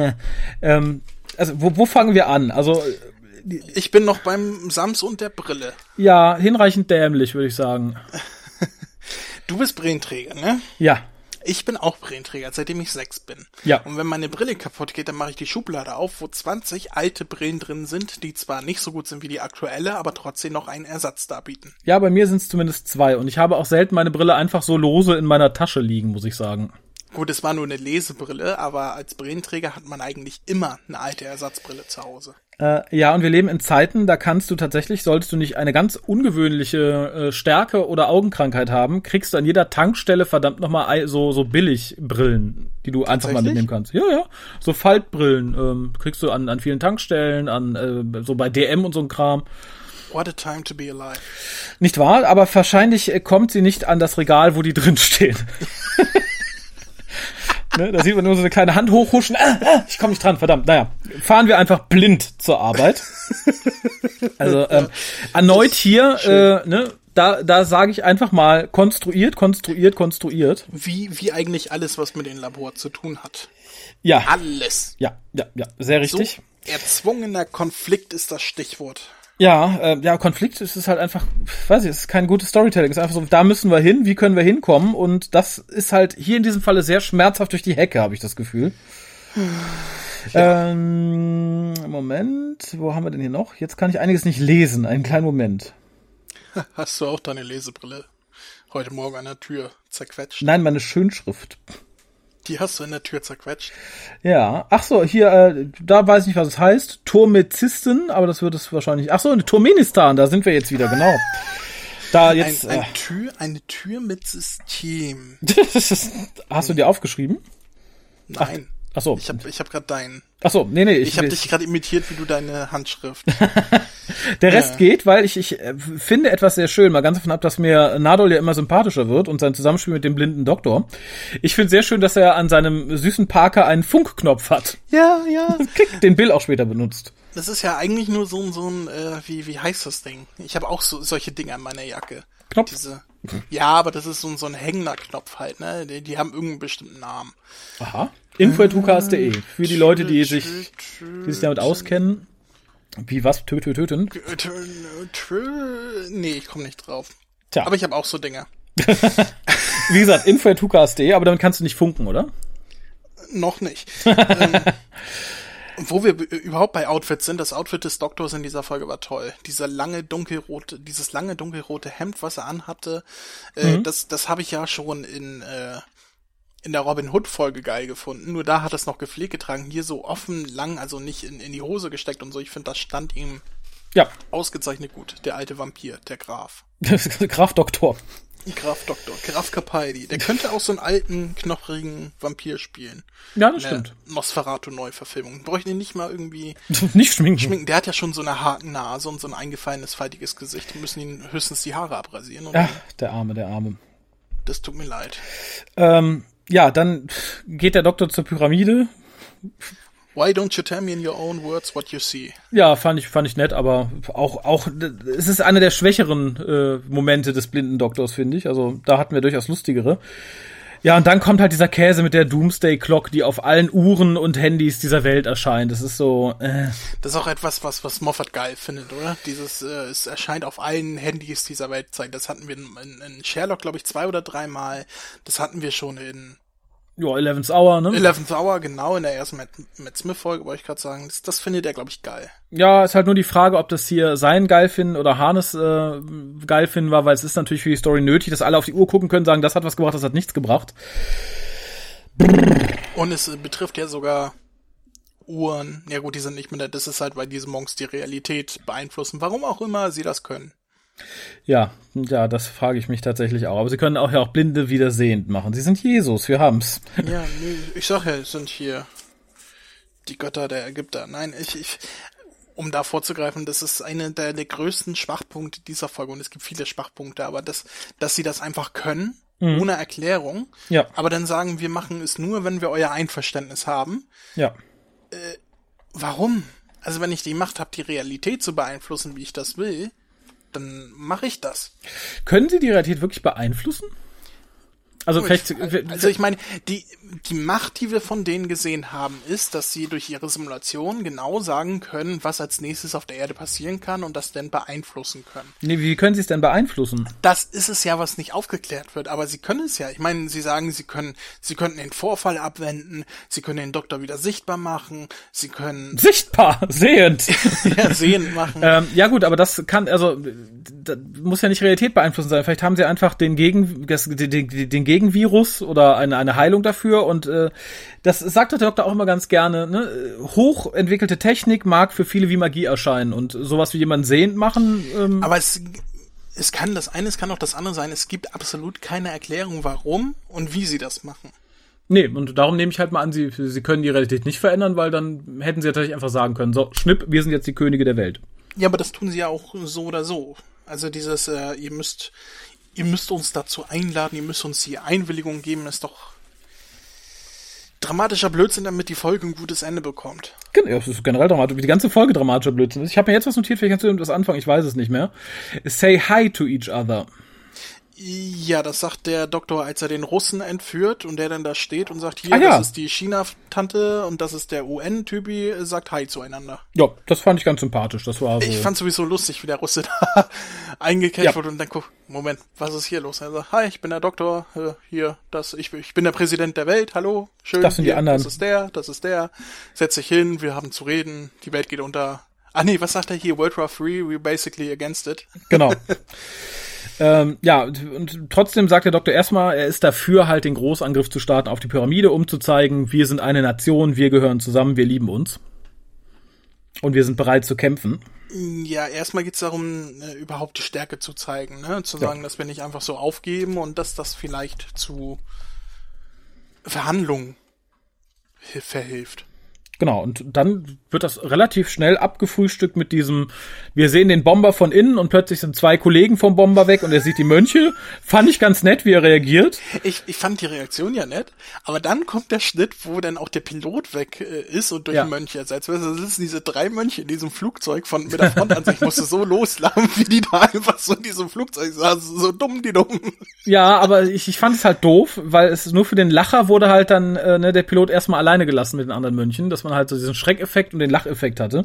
wo fangen wir an? Also ich bin noch beim Sams und der Brille. Ja, hinreichend dämlich, würde ich sagen. Du bist Brillenträger, ne? Ja. Ich bin auch Brillenträger, seitdem ich 6 bin. Ja. Und wenn meine Brille kaputt geht, dann mache ich die Schublade auf, wo 20 alte Brillen drin sind, die zwar nicht so gut sind wie die aktuelle, aber trotzdem noch einen Ersatz darbieten. Ja, bei mir sind es zumindest 2 und ich habe auch selten meine Brille einfach so lose in meiner Tasche liegen, muss ich sagen. Gut, es war nur eine Lesebrille, aber als Brillenträger hat man eigentlich immer eine alte Ersatzbrille zu Hause. Ja, und wir leben in Zeiten, da solltest du nicht eine ganz ungewöhnliche Stärke- oder Augenkrankheit haben, kriegst du an jeder Tankstelle verdammt nochmal so Billigbrillen, die du einfach mal mitnehmen kannst. Ja, so Faltbrillen kriegst du an vielen Tankstellen, so bei DM und so ein Kram. What a time to be alive. Nicht wahr? Aber wahrscheinlich kommt sie nicht an das Regal, wo die drin stehen. Ne, da sieht man nur so eine kleine Hand hochhuschen. Ich komme nicht dran, verdammt. Naja, fahren wir einfach blind zur Arbeit. Also erneut hier, da sage ich einfach mal konstruiert. Wie eigentlich alles, was mit dem Labor zu tun hat. Ja. Alles. Ja, sehr richtig. So erzwungener Konflikt ist das Stichwort. Ja, Konflikt ist halt einfach, es ist kein gutes Storytelling. Es ist einfach so, da müssen wir hin, wie können wir hinkommen? Und das ist halt hier in diesem Falle sehr schmerzhaft durch die Hecke, habe ich das Gefühl. Ja. Moment, wo haben wir denn hier noch? Jetzt kann ich einiges nicht lesen, einen kleinen Moment. Hast du auch deine Lesebrille heute Morgen an der Tür zerquetscht? Nein, meine Schönschrift. Die hast du in der Tür zerquetscht? Ja. Ach so, hier, da weiß ich nicht, was es heißt. Turmezisten, aber das wird es wahrscheinlich... Ach so, Turkmenistan, da sind wir jetzt wieder, genau. Da jetzt... Eine Tür mit System. Hast du dir aufgeschrieben? Nein. Ach so. Ich hab gerade deinen... Ach so, nee. Ich habe dich gerade imitiert, wie du deine Handschrift... Der Rest geht, weil ich finde etwas sehr schön, mal ganz davon ab, dass mir Nardole ja immer sympathischer wird und sein Zusammenspiel mit dem blinden Doktor. Ich finde sehr schön, dass er an seinem süßen Parker einen Funkknopf hat. Ja. Den Bill auch später benutzt. Das ist ja eigentlich nur so ein wie heißt das Ding? Ich habe auch solche Dinger in meiner Jacke. Knopf? Ja, aber das ist so ein hängender Knopf halt, ne? Die haben irgendeinen bestimmten Namen. Aha. info@hucast.de. Für die Leute, die sich damit auskennen. Wie was? Töten? Nee, ich komme nicht drauf. Tja. Aber ich habe auch so Dinger. Wie gesagt, info@hucast.de, aber damit kannst du nicht funken, oder? Noch nicht. Wo wir überhaupt bei Outfits sind, das Outfit des Doktors in dieser Folge war toll. Dieses lange dunkelrote Hemd, was er anhatte, das habe ich ja schon in der Robin Hood Folge geil gefunden. Nur da hat es noch gepflegt getragen. Hier so offen, lang, also nicht in die Hose gesteckt und so. Ich finde, das stand ihm ausgezeichnet gut. Der alte Vampir, der Graf. Graf Doktor. Graf Capaldi. Der könnte auch so einen alten, knochigen Vampir spielen. Ja, das stimmt. Nosferatu-Neuverfilmung. Bräuchten ihn nicht mal irgendwie nicht schminken. Der hat ja schon so eine Hakennase und so ein eingefallenes, faltiges Gesicht. Die müssen ihn höchstens die Haare abrasieren. Ach, der Arme. Das tut mir leid. Ja, dann geht der Doktor zur Pyramide. Why don't you tell me in your own words what you see? Ja, fand ich nett, aber auch es ist einer der schwächeren Momente des blinden Doktors, finde ich. Also da hatten wir durchaus lustigere. Ja, und dann kommt halt dieser Käse mit der Doomsday Clock, die auf allen Uhren und Handys dieser Welt erscheint. Das ist so. Das ist auch etwas, was Moffat geil findet, oder? Es erscheint auf allen Handys dieser Weltzeit. Das hatten wir in Sherlock, glaube ich, 2 oder 3 Mal. Das hatten wir schon in 11th Hour, ne? 11th Hour, genau, in der ersten Matt Smith-Folge, wollte ich gerade sagen. Das findet er, glaube ich, geil. Ja, ist halt nur die Frage, ob das hier sein Geilfinden oder Harnes Geilfinden war, weil es ist natürlich für die Story nötig, dass alle auf die Uhr gucken können, sagen, das hat was gebracht, das hat nichts gebracht. Und es betrifft ja sogar Uhren. Ja gut, die sind nicht mehr, das ist halt, weil diese Monks die Realität beeinflussen. Warum auch immer sie das können. Ja, das frage ich mich tatsächlich auch. Aber sie können auch Blinde wieder sehend machen. Sie sind Jesus, wir haben's. Ja, nee, ich sag ja, es sind hier die Götter der Ägypter. Nein, um da vorzugreifen, das ist einer der größten Schwachpunkte dieser Folge. Und es gibt viele Schwachpunkte, aber dass sie das einfach können, ohne Erklärung. Ja. Aber dann sagen, wir machen es nur, wenn wir euer Einverständnis haben. Ja. Warum? Also wenn ich die Macht habe, die Realität zu beeinflussen, wie ich das will, dann mache ich das. Können Sie die Realität wirklich beeinflussen? Also ich meine, die Macht, die wir von denen gesehen haben, ist, dass sie durch ihre Simulation genau sagen können, was als nächstes auf der Erde passieren kann und das dann beeinflussen können. Nee, wie können sie es denn beeinflussen? Das ist es ja, was nicht aufgeklärt wird, aber sie können es ja. Ich meine, sie sagen, sie könnten den Vorfall abwenden, sie können den Doktor wieder sichtbar machen, sie können... Sichtbar? Sehend? Ja, sehend machen. Ja gut, aber das muss ja nicht Realität beeinflussen sein. Vielleicht haben sie einfach den Gegenvirus oder eine Heilung dafür und das sagt der Doktor auch immer ganz gerne, ne? Hochentwickelte Technik mag für viele wie Magie erscheinen und sowas wie jemanden sehend machen. Aber es kann das eine, es kann auch das andere sein. Es gibt absolut keine Erklärung, warum und wie sie das machen. Nee, und darum nehme ich halt mal an, sie können die Realität nicht verändern, weil dann hätten sie tatsächlich einfach sagen können, so, Schnipp, wir sind jetzt die Könige der Welt. Ja, aber das tun sie ja auch so oder so. Also dieses, ihr müsst uns dazu einladen, ihr müsst uns die Einwilligung geben, ist doch dramatischer Blödsinn, damit die Folge ein gutes Ende bekommt. Ja, das ist generell dramatisch, wie die ganze Folge dramatischer Blödsinn ist. Ich habe mir jetzt was notiert, vielleicht kannst du irgendwas anfangen, ich weiß es nicht mehr. Say hi to each other. Ja, das sagt der Doktor, als er den Russen entführt und der dann da steht und sagt, hier, Das ist die China-Tante und das ist der UN-Typi, sagt Hi zueinander. Ja, das fand ich ganz sympathisch. Das war so. Ich fand sowieso lustig, wie der Russe da eingekriegt wurde und dann guck, Moment, was ist hier los? Er sagt, hi, ich bin der Doktor, ich bin der Präsident der Welt, hallo, schön. Das sind die anderen. Das ist der, setz dich hin, wir haben zu reden, die Welt geht unter. Ah nee, was sagt er hier? World War III, we're basically against it. Genau. Ja, und trotzdem sagt der Doktor erstmal, er ist dafür, halt den Großangriff zu starten auf die Pyramide, um zu zeigen, wir sind eine Nation, wir gehören zusammen, wir lieben uns. Und wir sind bereit zu kämpfen. Ja, erstmal geht's darum, überhaupt die Stärke zu zeigen, ne? Zu sagen, dass wir nicht einfach so aufgeben und dass das vielleicht zu Verhandlungen verhilft. Genau, und dann wird das relativ schnell abgefrühstückt mit diesem, wir sehen den Bomber von innen und plötzlich sind 2 Kollegen vom Bomber weg und er sieht die Mönche. Fand ich ganz nett, wie er reagiert. Ich fand die Reaktion ja nett, aber dann kommt der Schnitt, wo dann auch der Pilot weg ist und durch den Mönch ersetzt wird. Das sitzen diese 3 Mönche in diesem Flugzeug mit der Frontansicht. Ich musste so loslachen, wie die da einfach so in diesem Flugzeug saßen. So dumm, die dumm. Ja, aber ich fand es halt doof, weil es nur für den Lacher wurde halt dann der Pilot erstmal alleine gelassen mit den anderen Mönchen, dass man halt so diesen Schreckeffekt und den Lacheffekt hatte.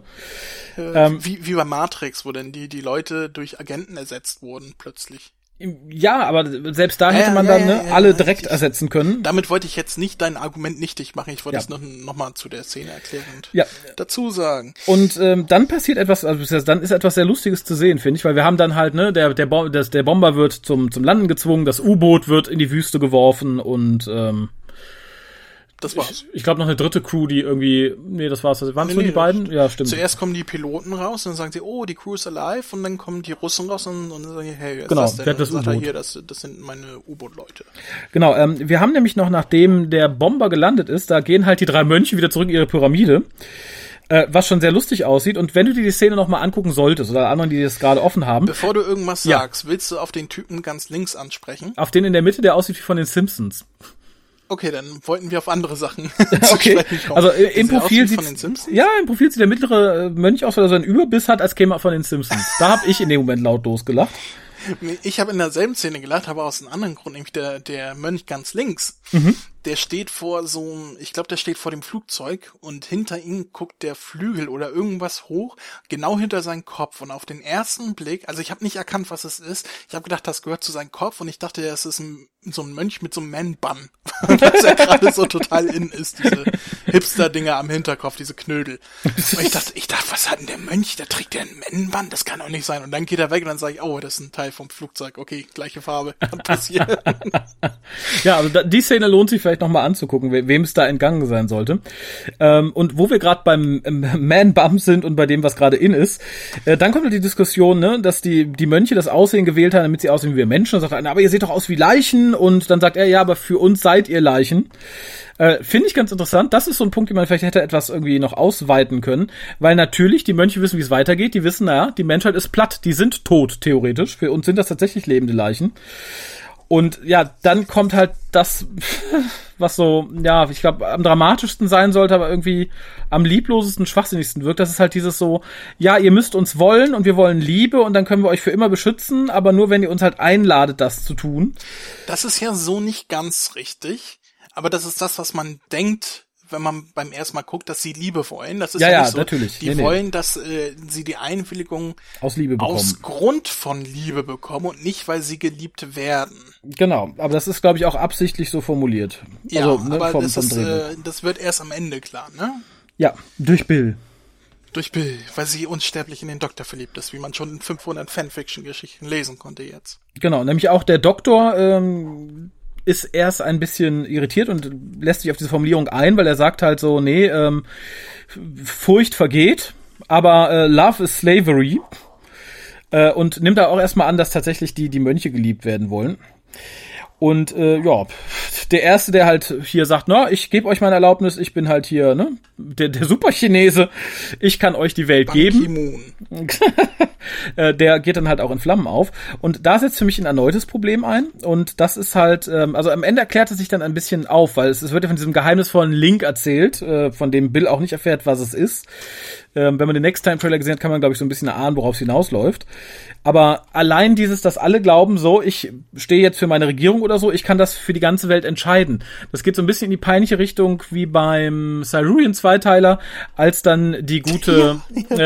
Wie bei Matrix, wo dann die Leute durch Agenten ersetzt wurden plötzlich. Ja, aber selbst da hätte man dann alle direkt ersetzen können. Damit wollte ich jetzt nicht dein Argument nichtig machen. Ich wollte es noch mal zu der Szene erklärend dazu sagen. Und dann passiert etwas, also dann ist etwas sehr Lustiges zu sehen, finde ich, weil wir haben dann halt, der Bomber wird zum Landen gezwungen, das U-Boot wird in die Wüste geworfen und das war's. Ich glaube noch eine dritte Crew, die irgendwie, das war's. Waren es nur die beiden? Ja, stimmt. Zuerst kommen die Piloten raus und dann sagen sie, oh, die Crew ist alive, und dann kommen die Russen raus und dann sagen die, hey, genau, das denn? Das sagt hier, das sind meine U-Boot-Leute. Genau, wir haben nämlich noch, nachdem der Bomber gelandet ist, da gehen halt die 3 Mönche wieder zurück in ihre Pyramide. Was schon sehr lustig aussieht. Und wenn du dir die Szene noch mal angucken solltest, oder anderen, die das gerade offen haben. Bevor du irgendwas sagst, willst du auf den Typen ganz links ansprechen? Auf den in der Mitte, der aussieht wie von den Simpsons. Okay, dann wollten wir auf andere Sachen okay. kommen. Also im Profil sieht im Profil sieht der mittlere Mönch aus, weil er so einen Überbiss hat, als käme er von den Simpsons. Da habe ich in dem Moment laut losgelacht. Ich habe in derselben Szene gelacht, aber aus einem anderen Grund, nämlich der Mönch ganz links. Der steht vor der steht vor dem Flugzeug und hinter ihm guckt der Flügel oder irgendwas hoch, genau hinter seinen Kopf. Und auf den ersten Blick, also ich habe nicht erkannt, was es ist. Ich habe gedacht, das gehört zu seinem Kopf und ich dachte, das ist so ein Mönch mit so einem Man-Bun. Was ja gerade so total in ist, diese Hipster-Dinger am Hinterkopf, diese Knödel. Und ich dachte, was hat denn der Mönch? Der trägt ja einen Man-Bun, das kann doch nicht sein. Und dann geht er weg und dann sage ich, oh, das ist ein Teil vom Flugzeug. Okay, gleiche Farbe, kann passieren. Ja, also die Szene lohnt sich vielleicht nochmal anzugucken, wem es da entgangen sein sollte. Und wo wir gerade beim Man-Bum sind und bei dem, was gerade in ist, dann kommt die Diskussion, dass die Mönche das Aussehen gewählt haben, damit sie aussehen wie wir Menschen. Und sagt einer, aber ihr seht doch aus wie Leichen. Und dann sagt er, ja, aber für uns seid ihr Leichen. Finde ich ganz interessant. Das ist so ein Punkt, den man vielleicht hätte etwas irgendwie noch ausweiten können. Weil natürlich die Mönche wissen, wie es weitergeht. Die wissen, die Menschheit ist platt. Die sind tot, theoretisch. Für uns sind das tatsächlich lebende Leichen. Und ja, dann kommt halt das, was so, ich glaube, am dramatischsten sein sollte, aber irgendwie am lieblosesten, schwachsinnigsten wirkt. Das ist halt dieses so, ihr müsst uns wollen und wir wollen Liebe und dann können wir euch für immer beschützen, aber nur, wenn ihr uns halt einladet, das zu tun. Das ist ja so nicht ganz richtig, aber das ist das, was man denkt, wenn man beim ersten Mal guckt, dass sie Liebe wollen. Das ist ja nicht so. Natürlich. Die wollen, dass sie die Einwilligung aus Liebe bekommen. Aus Grund von Liebe bekommen und nicht, weil sie geliebt werden. Genau, aber das ist, glaube ich, auch absichtlich so formuliert. Ja, also, aber das wird erst am Ende klar, ne? Ja, durch Bill. Durch Bill, weil sie unsterblich in den Doktor verliebt ist, wie man schon in 500 Fanfiction-Geschichten lesen konnte jetzt. Genau, nämlich auch der Doktor ist erst ein bisschen irritiert und lässt sich auf diese Formulierung ein, weil er sagt halt so, Furcht vergeht, aber Love is Slavery, und nimmt da auch erstmal an, dass tatsächlich die Mönche geliebt werden wollen. Und der Erste, der halt hier sagt, ich gebe euch meine Erlaubnis, ich bin halt hier, der Superchinese, ich kann euch die Welt geben. Der geht dann halt auch in Flammen auf. Und da setzt für mich ein erneutes Problem ein. Und das ist halt, also am Ende erklärt es sich dann ein bisschen auf, weil es wird ja von diesem geheimnisvollen Link erzählt, von dem Bill auch nicht erfährt, was es ist. Wenn man den Next-Time-Trailer gesehen hat, kann man, glaube ich, so ein bisschen erahnen, worauf es hinausläuft. Aber allein dieses, dass alle glauben, so, ich stehe jetzt für meine Regierung oder so, ich kann das für die ganze Welt entscheiden. Das geht so ein bisschen in die peinliche Richtung wie beim Silurian-Zweiteiler, als dann die gute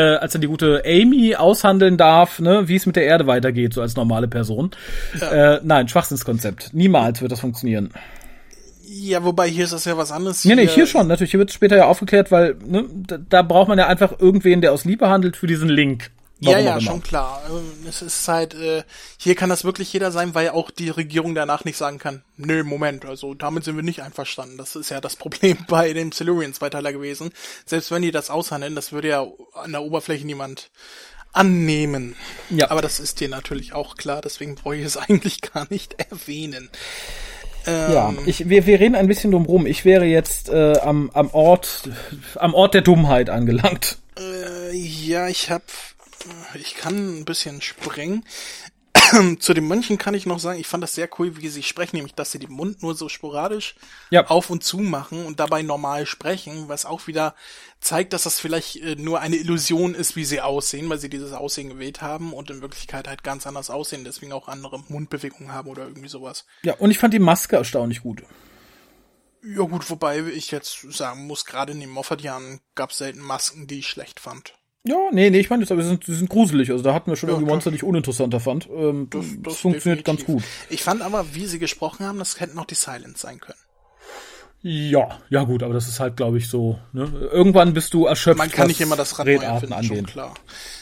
Amy aushandeln darf, wie es mit der Erde weitergeht, so als normale Person. Ja. Nein, Schwachsinnskonzept. Niemals wird das funktionieren. Ja, wobei hier ist das ja was anderes. Hier schon, natürlich. Hier wird es später ja aufgeklärt, weil da braucht man ja einfach irgendwen, der aus Liebe handelt für diesen Link. Ja, schon klar. Es ist halt, hier kann das wirklich jeder sein, weil auch die Regierung danach nicht sagen kann, nö, Moment, also damit sind wir nicht einverstanden. Das ist ja das Problem bei dem Silurian-Zweiteiler gewesen. Selbst wenn die das aushandeln, das würde ja an der Oberfläche niemand annehmen. Ja. Aber das ist dir natürlich auch klar, deswegen brauche ich es eigentlich gar nicht erwähnen. Wir reden ein bisschen drum rum. Ich wäre jetzt am Ort der Dummheit angelangt. Ich kann ein bisschen springen. Zu den Mönchen kann ich noch sagen, ich fand das sehr cool, wie sie sprechen, nämlich, dass sie den Mund nur so sporadisch auf und zu machen und dabei normal sprechen, was auch wieder zeigt, dass das vielleicht nur eine Illusion ist, wie sie aussehen, weil sie dieses Aussehen gewählt haben und in Wirklichkeit halt ganz anders aussehen, deswegen auch andere Mundbewegungen haben oder irgendwie sowas. Ja, und ich fand die Maske erstaunlich gut. Ja gut, wobei ich jetzt sagen muss, gerade in den Moffat-Jahren gab es selten Masken, die ich schlecht fand. Ja, nee, ich meine, die sind gruselig. Also da hatten wir schon irgendwie Monster, die ich uninteressanter fand. Das funktioniert definitiv ganz gut. Ich fand aber, wie sie gesprochen haben, das hätten auch die Silents sein können. Ja gut, aber das ist halt, glaube ich, so. Ne? Irgendwann bist du erschöpft. Man kann nicht immer das Rad neu erfinden, schon klar.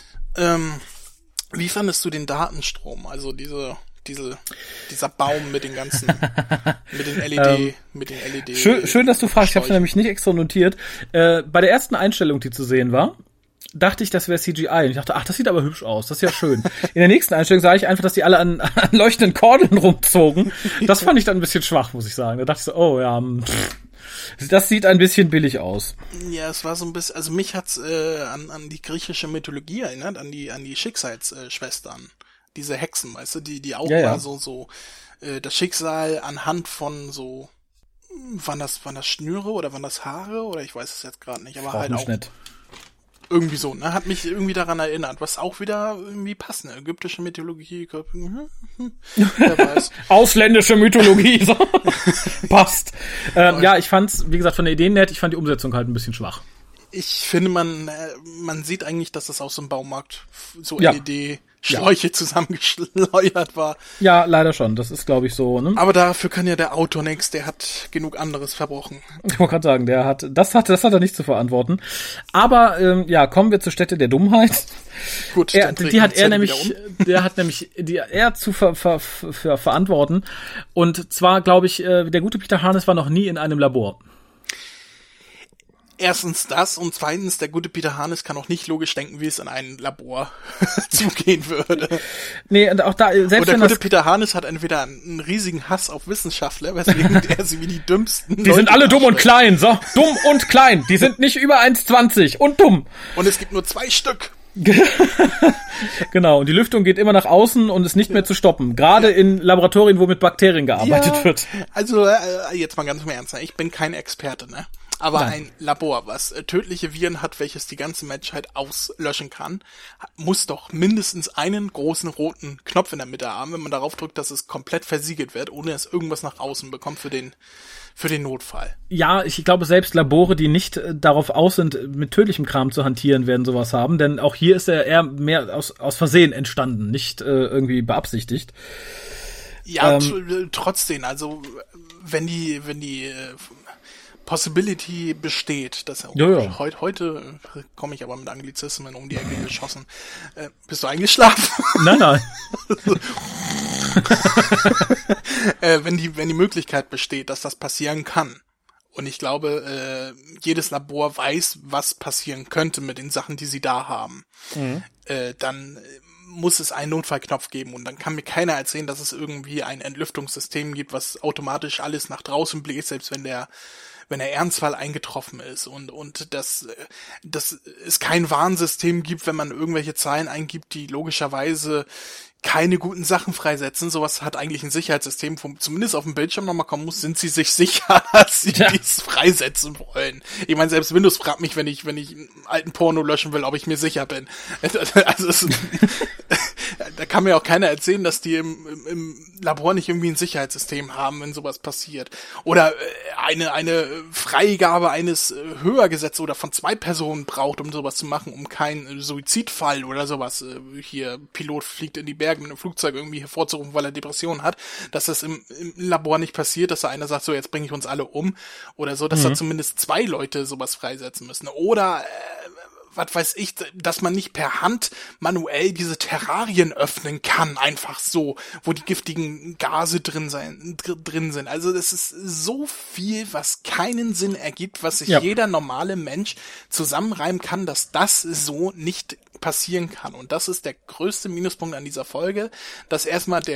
Wie fandest du den Datenstrom? Also dieser Baum mit den ganzen, mit den LED. Schön, dass du fragst. Ich habe es nämlich nicht extra notiert. Bei der ersten Einstellung, die zu sehen war, dachte ich, das wäre CGI. Und ich dachte, ach, das sieht aber hübsch aus. Das ist ja schön. In der nächsten Einstellung sah ich einfach, dass die alle an leuchtenden Kordeln rumzogen. Das fand ich dann ein bisschen schwach, muss ich sagen. Da dachte ich so, oh ja, das sieht ein bisschen billig aus. Ja, es war so ein bisschen, also mich hat's an die griechische Mythologie erinnert, an die Schicksalsschwestern. Diese Hexen, weißt du, die auch mal so das Schicksal anhand von so, waren das Schnüre oder waren das Haare oder ich weiß es jetzt gerade nicht, aber halt auch nicht. Irgendwie so, ne? Hat mich irgendwie daran erinnert, was auch wieder irgendwie passt, ne? Ägyptische Mythologie, wer weiß. Ausländische Mythologie, so. Passt. Ja, ich fand's, wie gesagt, von der Idee nett, ich fand die Umsetzung halt ein bisschen schwach. Ich finde, man sieht eigentlich, dass das aus so einem Baumarkt so LED-Schläuche zusammengeschleudert war. Ja, leider schon. Das ist, glaube ich, so, ne? Aber dafür kann ja der Autor nix, der hat genug anderes verbrochen. Ich wollte gerade sagen, das hat er nicht zu verantworten. Aber, kommen wir zur Stätte der Dummheit. Gut, die hat er zu verantworten. Und zwar, glaube ich, der gute Peter Harness war noch nie in einem Labor. Erstens das und zweitens, der gute Peter Harness kann auch nicht logisch denken, wie es in einem Labor zugehen würde. Nee, und auch da, selbst und der gute Peter Harness hat entweder einen riesigen Hass auf Wissenschaftler, weswegen er sie wie die dümmsten Die sind alle dumm und klein, so. Dumm und klein. Die sind nicht über 1,20 und dumm. Und es gibt nur 2 Stück. Genau, und die Lüftung geht immer nach außen und ist nicht mehr zu stoppen. Gerade in Laboratorien, wo mit Bakterien gearbeitet wird. Also, jetzt mal ganz im Ernst, ich bin kein Experte, ne? Aber ein Labor, was tödliche Viren hat, welches die ganze Menschheit auslöschen kann, muss doch mindestens einen großen roten Knopf in der Mitte haben, wenn man darauf drückt, dass es komplett versiegelt wird, ohne dass irgendwas nach außen bekommt für den Notfall. Ja, ich glaube, selbst Labore, die nicht darauf aus sind, mit tödlichem Kram zu hantieren, werden sowas haben, denn auch hier ist er eher mehr aus Versehen entstanden, nicht irgendwie beabsichtigt. Ja, trotzdem, also wenn die Possibility besteht, dass heute komme ich aber mit Anglizismen um die Ecke geschossen. Bist du eingeschlafen? Nein. Wenn die Möglichkeit besteht, dass das passieren kann. Und ich glaube, jedes Labor weiß, was passieren könnte mit den Sachen, die sie da haben. Dann muss es einen Notfallknopf geben und dann kann mir keiner erzählen, dass es irgendwie ein Entlüftungssystem gibt, was automatisch alles nach draußen bläst, selbst wenn der Ernstfall eingetroffen ist und dass es kein Warnsystem gibt, wenn man irgendwelche Zahlen eingibt, die logischerweise keine guten Sachen freisetzen. Sowas hat eigentlich ein Sicherheitssystem, wo zumindest auf dem Bildschirm nochmal kommen muss, sind sie sich sicher, dass sie dies freisetzen wollen. Ich meine, selbst Windows fragt mich, wenn ich einen alten Porno löschen will, ob ich mir sicher bin. Also da kann mir auch keiner erzählen, dass die im Labor nicht irgendwie ein Sicherheitssystem haben, wenn sowas passiert. Oder eine Freigabe eines Höhergesetzes oder von 2 Personen braucht, um sowas zu machen, um keinen Suizidfall oder sowas. Hier, Pilot fliegt in die Berge mit einem Flugzeug irgendwie hervorzurufen, weil er Depressionen hat, dass das im Labor nicht passiert, dass da einer sagt, so jetzt bringe ich uns alle um oder so, dass da zumindest 2 Leute sowas freisetzen müssen. Oder was weiß ich, dass man nicht per Hand manuell diese Terrarien öffnen kann, einfach so, wo die giftigen Gase drin sind. Also das ist so viel, was keinen Sinn ergibt, was sich jeder normale Mensch zusammenreimen kann, dass das so nicht passieren kann. Und das ist der größte Minuspunkt an dieser Folge, dass erstmal der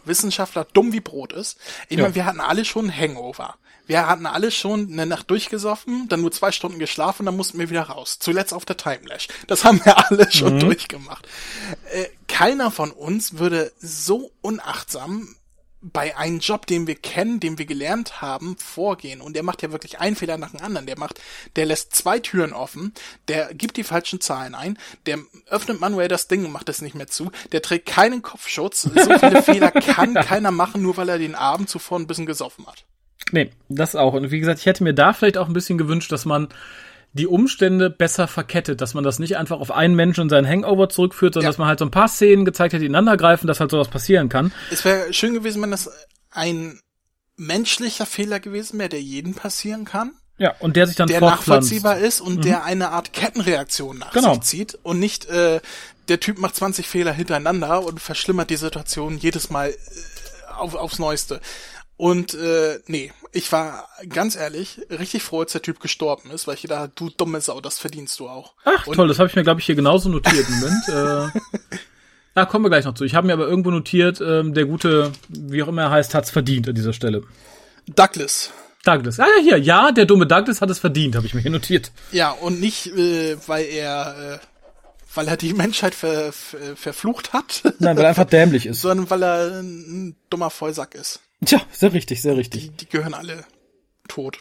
Wissenschaftler dumm wie Brot ist. Ich meine, wir hatten alle schon einen Hangover. Wir hatten alle schon eine Nacht durchgesoffen, dann nur 2 Stunden geschlafen, dann mussten wir wieder raus. Zuletzt auf der Timelash. Das haben wir alle schon durchgemacht. Keiner von uns würde so unachtsam bei einem Job, den wir kennen, den wir gelernt haben, vorgehen. Und der macht ja wirklich einen Fehler nach dem anderen. Der lässt 2 Türen offen, der gibt die falschen Zahlen ein, der öffnet manuell das Ding und macht es nicht mehr zu, der trägt keinen Kopfschutz. So viele Fehler kann keiner machen, nur weil er den Abend zuvor ein bisschen gesoffen hat. Nee, das auch. Und wie gesagt, ich hätte mir da vielleicht auch ein bisschen gewünscht, dass man die Umstände besser verkettet, dass man das nicht einfach auf einen Menschen und seinen Hangover zurückführt, sondern dass man halt so ein paar Szenen gezeigt hat, die ineinander greifen, dass halt sowas passieren kann. Es wäre schön gewesen, wenn das ein menschlicher Fehler gewesen wäre, der jedem passieren kann. Ja, und der sich dann der nachvollziehbar ist und der eine Art Kettenreaktion nach sich zieht und nicht der Typ macht 20 Fehler hintereinander und verschlimmert die Situation jedes Mal aufs Neueste. Und nee, ich war ganz ehrlich richtig froh, als der Typ gestorben ist, weil ich gedacht, du dumme Sau, das verdienst du auch. Ach, und toll, das habe ich mir, glaube ich, hier genauso notiert. Moment. Da kommen wir gleich noch zu. Ich habe mir aber irgendwo notiert, der gute, wie auch immer er heißt, hat's verdient an dieser Stelle. Douglas. Ah ja, hier. Ja, der dumme Douglas hat es verdient, habe ich mir hier notiert. Ja, und nicht, weil er die Menschheit verflucht hat. Nein, weil er einfach dämlich ist. Sondern weil er ein dummer Vollsack ist. Tja, sehr richtig, sehr richtig. Die gehören alle tot.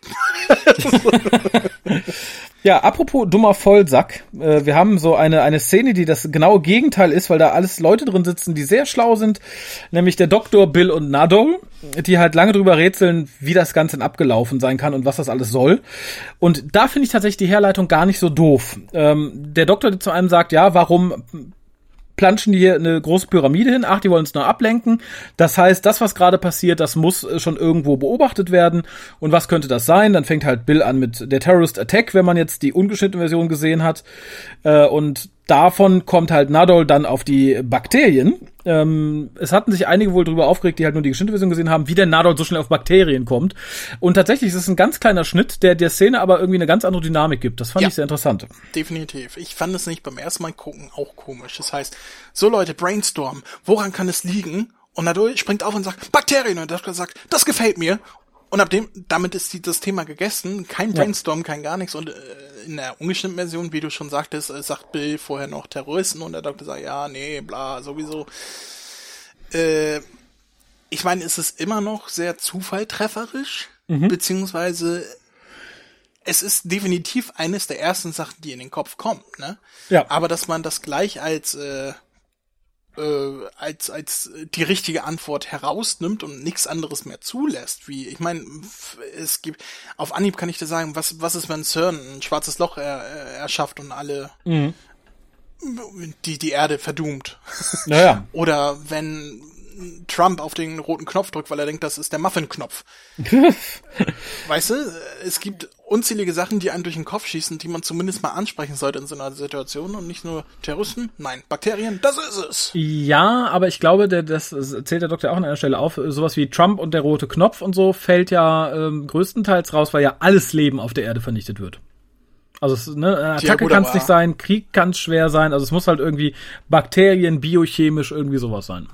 Ja, apropos dummer Vollsack. Wir haben so eine Szene, die das genaue Gegenteil ist, weil da alles Leute drin sitzen, die sehr schlau sind. Nämlich der Doktor, Bill und Nardole, die halt lange drüber rätseln, wie das Ganze abgelaufen sein kann und was das alles soll. Und da finde ich tatsächlich die Herleitung gar nicht so doof. Der Doktor, der zu einem sagt, ja, warum planschen die hier eine große Pyramide hin. Ach, die wollen uns nur ablenken. Das heißt, das, was gerade passiert, das muss schon irgendwo beobachtet werden. Und was könnte das sein? Dann fängt halt Bill an mit der Terrorist Attack, wenn man jetzt die ungeschnittene Version gesehen hat. Und davon kommt halt Nardole dann auf die Bakterien. Es hatten sich einige wohl drüber aufgeregt, die halt nur die geschnittene Version gesehen haben, wie der Nardole so schnell auf Bakterien kommt. Und tatsächlich ist es ein ganz kleiner Schnitt, der Szene aber irgendwie eine ganz andere Dynamik gibt. Das fand ich sehr interessant. Definitiv. Ich fand es nicht beim ersten Mal gucken auch komisch. Das heißt, so Leute, brainstorm, woran kann es liegen? Und Nardole springt auf und sagt, Bakterien. Und der Doktor sagt, das gefällt mir. Und damit ist das Thema gegessen. Kein Brainstorm, kein gar nichts. Und in der ungeschnittenen Version, wie du schon sagtest, sagt Bill vorher noch Terroristen und der Doktor sagt, ja, nee, bla, sowieso. Ich meine, es ist immer noch sehr zufalltrefferisch, beziehungsweise es ist definitiv eines der ersten Sachen, die in den Kopf kommt, ne? Ja. Aber dass man das gleich als die richtige Antwort herausnimmt und nichts anderes mehr zulässt, wie, ich meine, es gibt, auf Anhieb kann ich dir sagen, was ist, wenn CERN ein schwarzes Loch erschafft und alle die Erde verdoomt. Naja. Oder wenn Trump auf den roten Knopf drückt, weil er denkt, das ist der Muffin-Knopf. Weißt du, es gibt unzählige Sachen, die einen durch den Kopf schießen, die man zumindest mal ansprechen sollte in so einer Situation und nicht nur Terroristen, nein, Bakterien, das ist es. Ja, aber ich glaube, das zählt der Doktor auch an einer Stelle auf, sowas wie Trump und der rote Knopf und so fällt ja größtenteils raus, weil ja alles Leben auf der Erde vernichtet wird. Also eine Attacke kann es nicht sein, Krieg kann es schwer sein, also es muss halt irgendwie Bakterien, biochemisch, irgendwie sowas sein.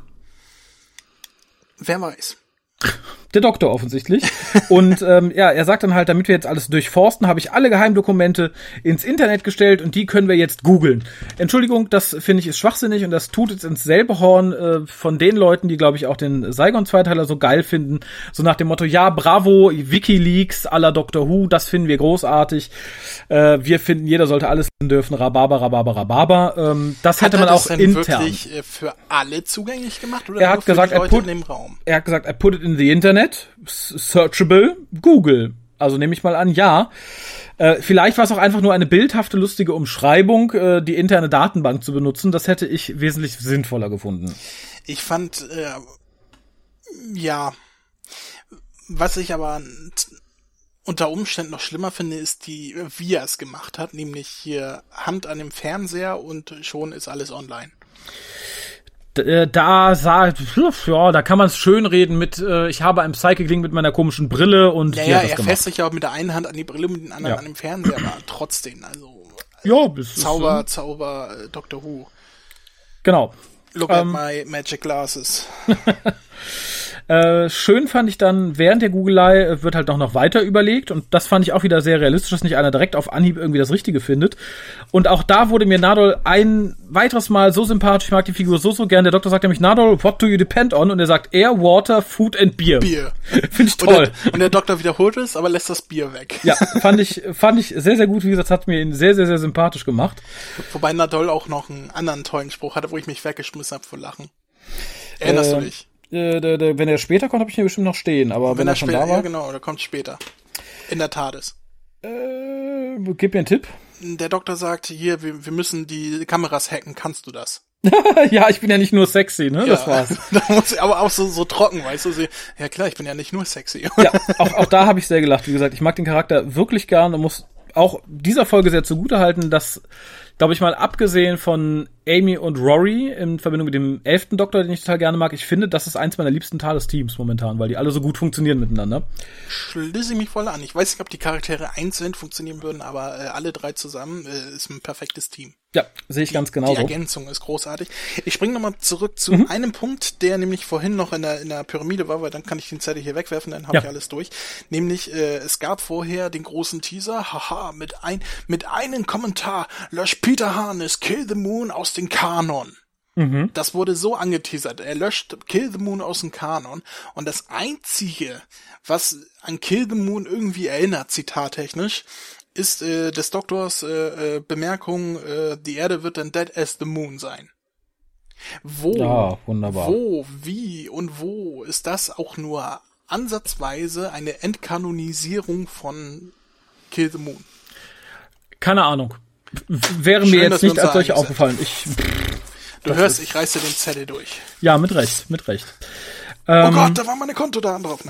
Wer weiß. Der Doktor offensichtlich. Und er sagt dann halt, damit wir jetzt alles durchforsten, habe ich alle Geheimdokumente ins Internet gestellt und die können wir jetzt googeln. Entschuldigung, das finde ich ist schwachsinnig und das tut jetzt ins selbe Horn von den Leuten, die, glaube ich, auch den Saigon-Zweiteiler so geil finden. So nach dem Motto, ja, bravo, WikiLeaks à la Doctor Who, das finden wir großartig. Wir finden, jeder sollte alles dürfen, Rhabarber, Rhabarber, Rhabarber. Das hätte man auch intern. Hat er das denn wirklich für alle zugänglich gemacht oder er hat nur gesagt, für die Leute in dem Raum? Er hat gesagt, I put it in the Internet. Searchable, Google. Also nehme ich mal an, ja. Vielleicht war es auch einfach nur eine bildhafte, lustige Umschreibung, die interne Datenbank zu benutzen. Das hätte ich wesentlich sinnvoller gefunden. Ich fand, was ich aber unter Umständen noch schlimmer finde, ist wie er es gemacht hat, nämlich hier Hand an dem Fernseher und schon ist alles online. Da kann man es schön reden mit, ich habe ein Psychic-Link mit meiner komischen Brille und ja, er fässt sich ja auch mit der einen Hand an die Brille, mit den anderen an dem Fernseher, aber trotzdem, also ja, Zauber Doctor Who. Genau. Look at my magic glasses. Schön fand ich dann, während der Googelei wird halt noch weiter überlegt und das fand ich auch wieder sehr realistisch, dass nicht einer direkt auf Anhieb irgendwie das Richtige findet. Und auch da wurde mir Nardole ein weiteres Mal so sympathisch, ich mag die Figur so gern. Der Doktor sagt nämlich, Nardole, what do you depend on? Und er sagt, Air, Water, Food and Beer. Bier. Finde ich toll. Und der Doktor wiederholt es, aber lässt das Bier weg. Ja, fand ich sehr, sehr gut. Wie gesagt, hat mir ihn sehr, sehr, sehr sympathisch gemacht. Wobei Nardole auch noch einen anderen tollen Spruch hatte, wo ich mich weggeschmissen habe vor Lachen. Erinnerst du dich? Wenn er später kommt, habe ich ihn bestimmt noch stehen, aber wenn er schon später, da war. Ja, genau, der kommt später. In der TARDIS. Gib mir einen Tipp. Der Doktor sagt, hier, wir müssen die Kameras hacken, kannst du das? Ja, ich bin ja nicht nur sexy, ne? Ja, das war's. Da muss ich aber auch so trocken, weißt du? Ja klar, ich bin ja nicht nur sexy. Ja, auch da habe ich sehr gelacht. Wie gesagt, ich mag den Charakter wirklich gern und muss auch dieser Folge sehr zugutehalten, dass, glaube ich mal, abgesehen von Amy und Rory in Verbindung mit dem 11. Doktor, den ich total gerne mag, ich finde, das ist eins meiner liebsten TARDIS-Teams momentan, weil die alle so gut funktionieren miteinander. Schließe ich mich voll an. Ich weiß nicht, ob die Charaktere einzeln funktionieren würden, aber alle drei zusammen ist ein perfektes Team. Ja, sehe ich ganz genauso. Die Ergänzung ist großartig. Ich springe nochmal zurück zu einem Punkt, der nämlich vorhin noch in der Pyramide war, weil dann kann ich den Zettel hier wegwerfen, dann habe ich alles durch. Nämlich, es gab vorher den großen Teaser, haha, mit einem Kommentar, löscht Peter Harness Kill the Moon aus dem Kanon. Mhm. Das wurde so angeteasert. Er löscht Kill the Moon aus dem Kanon. Und das Einzige, was an Kill the Moon irgendwie erinnert, zitattechnisch, ist des Doktors Bemerkung, die Erde wird dann dead as the moon sein. Wunderbar. Wie und wo ist das auch nur ansatzweise eine Entkanonisierung von Kill the Moon? Keine Ahnung. Wäre Schön, mir jetzt nicht als solche aufgefallen. Du hörst, ich reiße den Zettel durch. Ja, mit Recht. Oh Gott, da war meine Kontodaten drauf.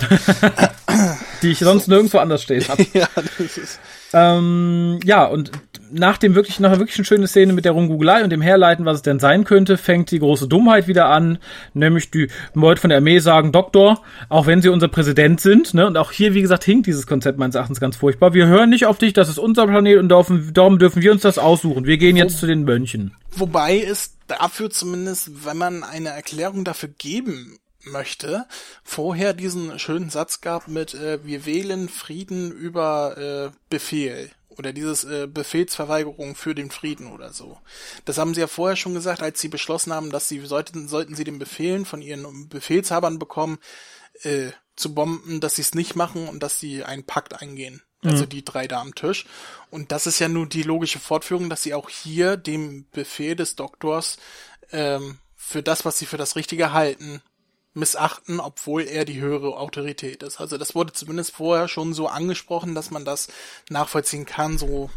Die ich sonst nirgendwo anders stehen habe. Ja, das ist... ja, und nach einer wirklich schönen Szene mit der Rumgugelei und dem Herleiten, was es denn sein könnte, fängt die große Dummheit wieder an, nämlich die Leute von der Armee sagen, Doktor, auch wenn sie unser Präsident sind, ne, und auch hier, wie gesagt, hinkt dieses Konzept meines Erachtens ganz furchtbar, wir hören nicht auf dich, das ist unser Planet und darum dürfen wir uns das aussuchen, wir gehen jetzt zu den Mönchen. Wobei es dafür zumindest, wenn man eine Erklärung dafür geben möchte, vorher diesen schönen Satz gab mit wir wählen Frieden über Befehl oder dieses Befehlsverweigerung für den Frieden oder so. Das haben sie ja vorher schon gesagt, als sie beschlossen haben, dass sie sollten sie den Befehlen von ihren Befehlshabern bekommen, zu bomben, dass sie es nicht machen und dass sie einen Pakt eingehen. Also die drei da am Tisch. Und das ist ja nur die logische Fortführung, dass sie auch hier dem Befehl des Doktors für das, was sie für das Richtige halten, missachten, obwohl er die höhere Autorität ist. Also das wurde zumindest vorher schon so angesprochen, dass man das nachvollziehen kann, so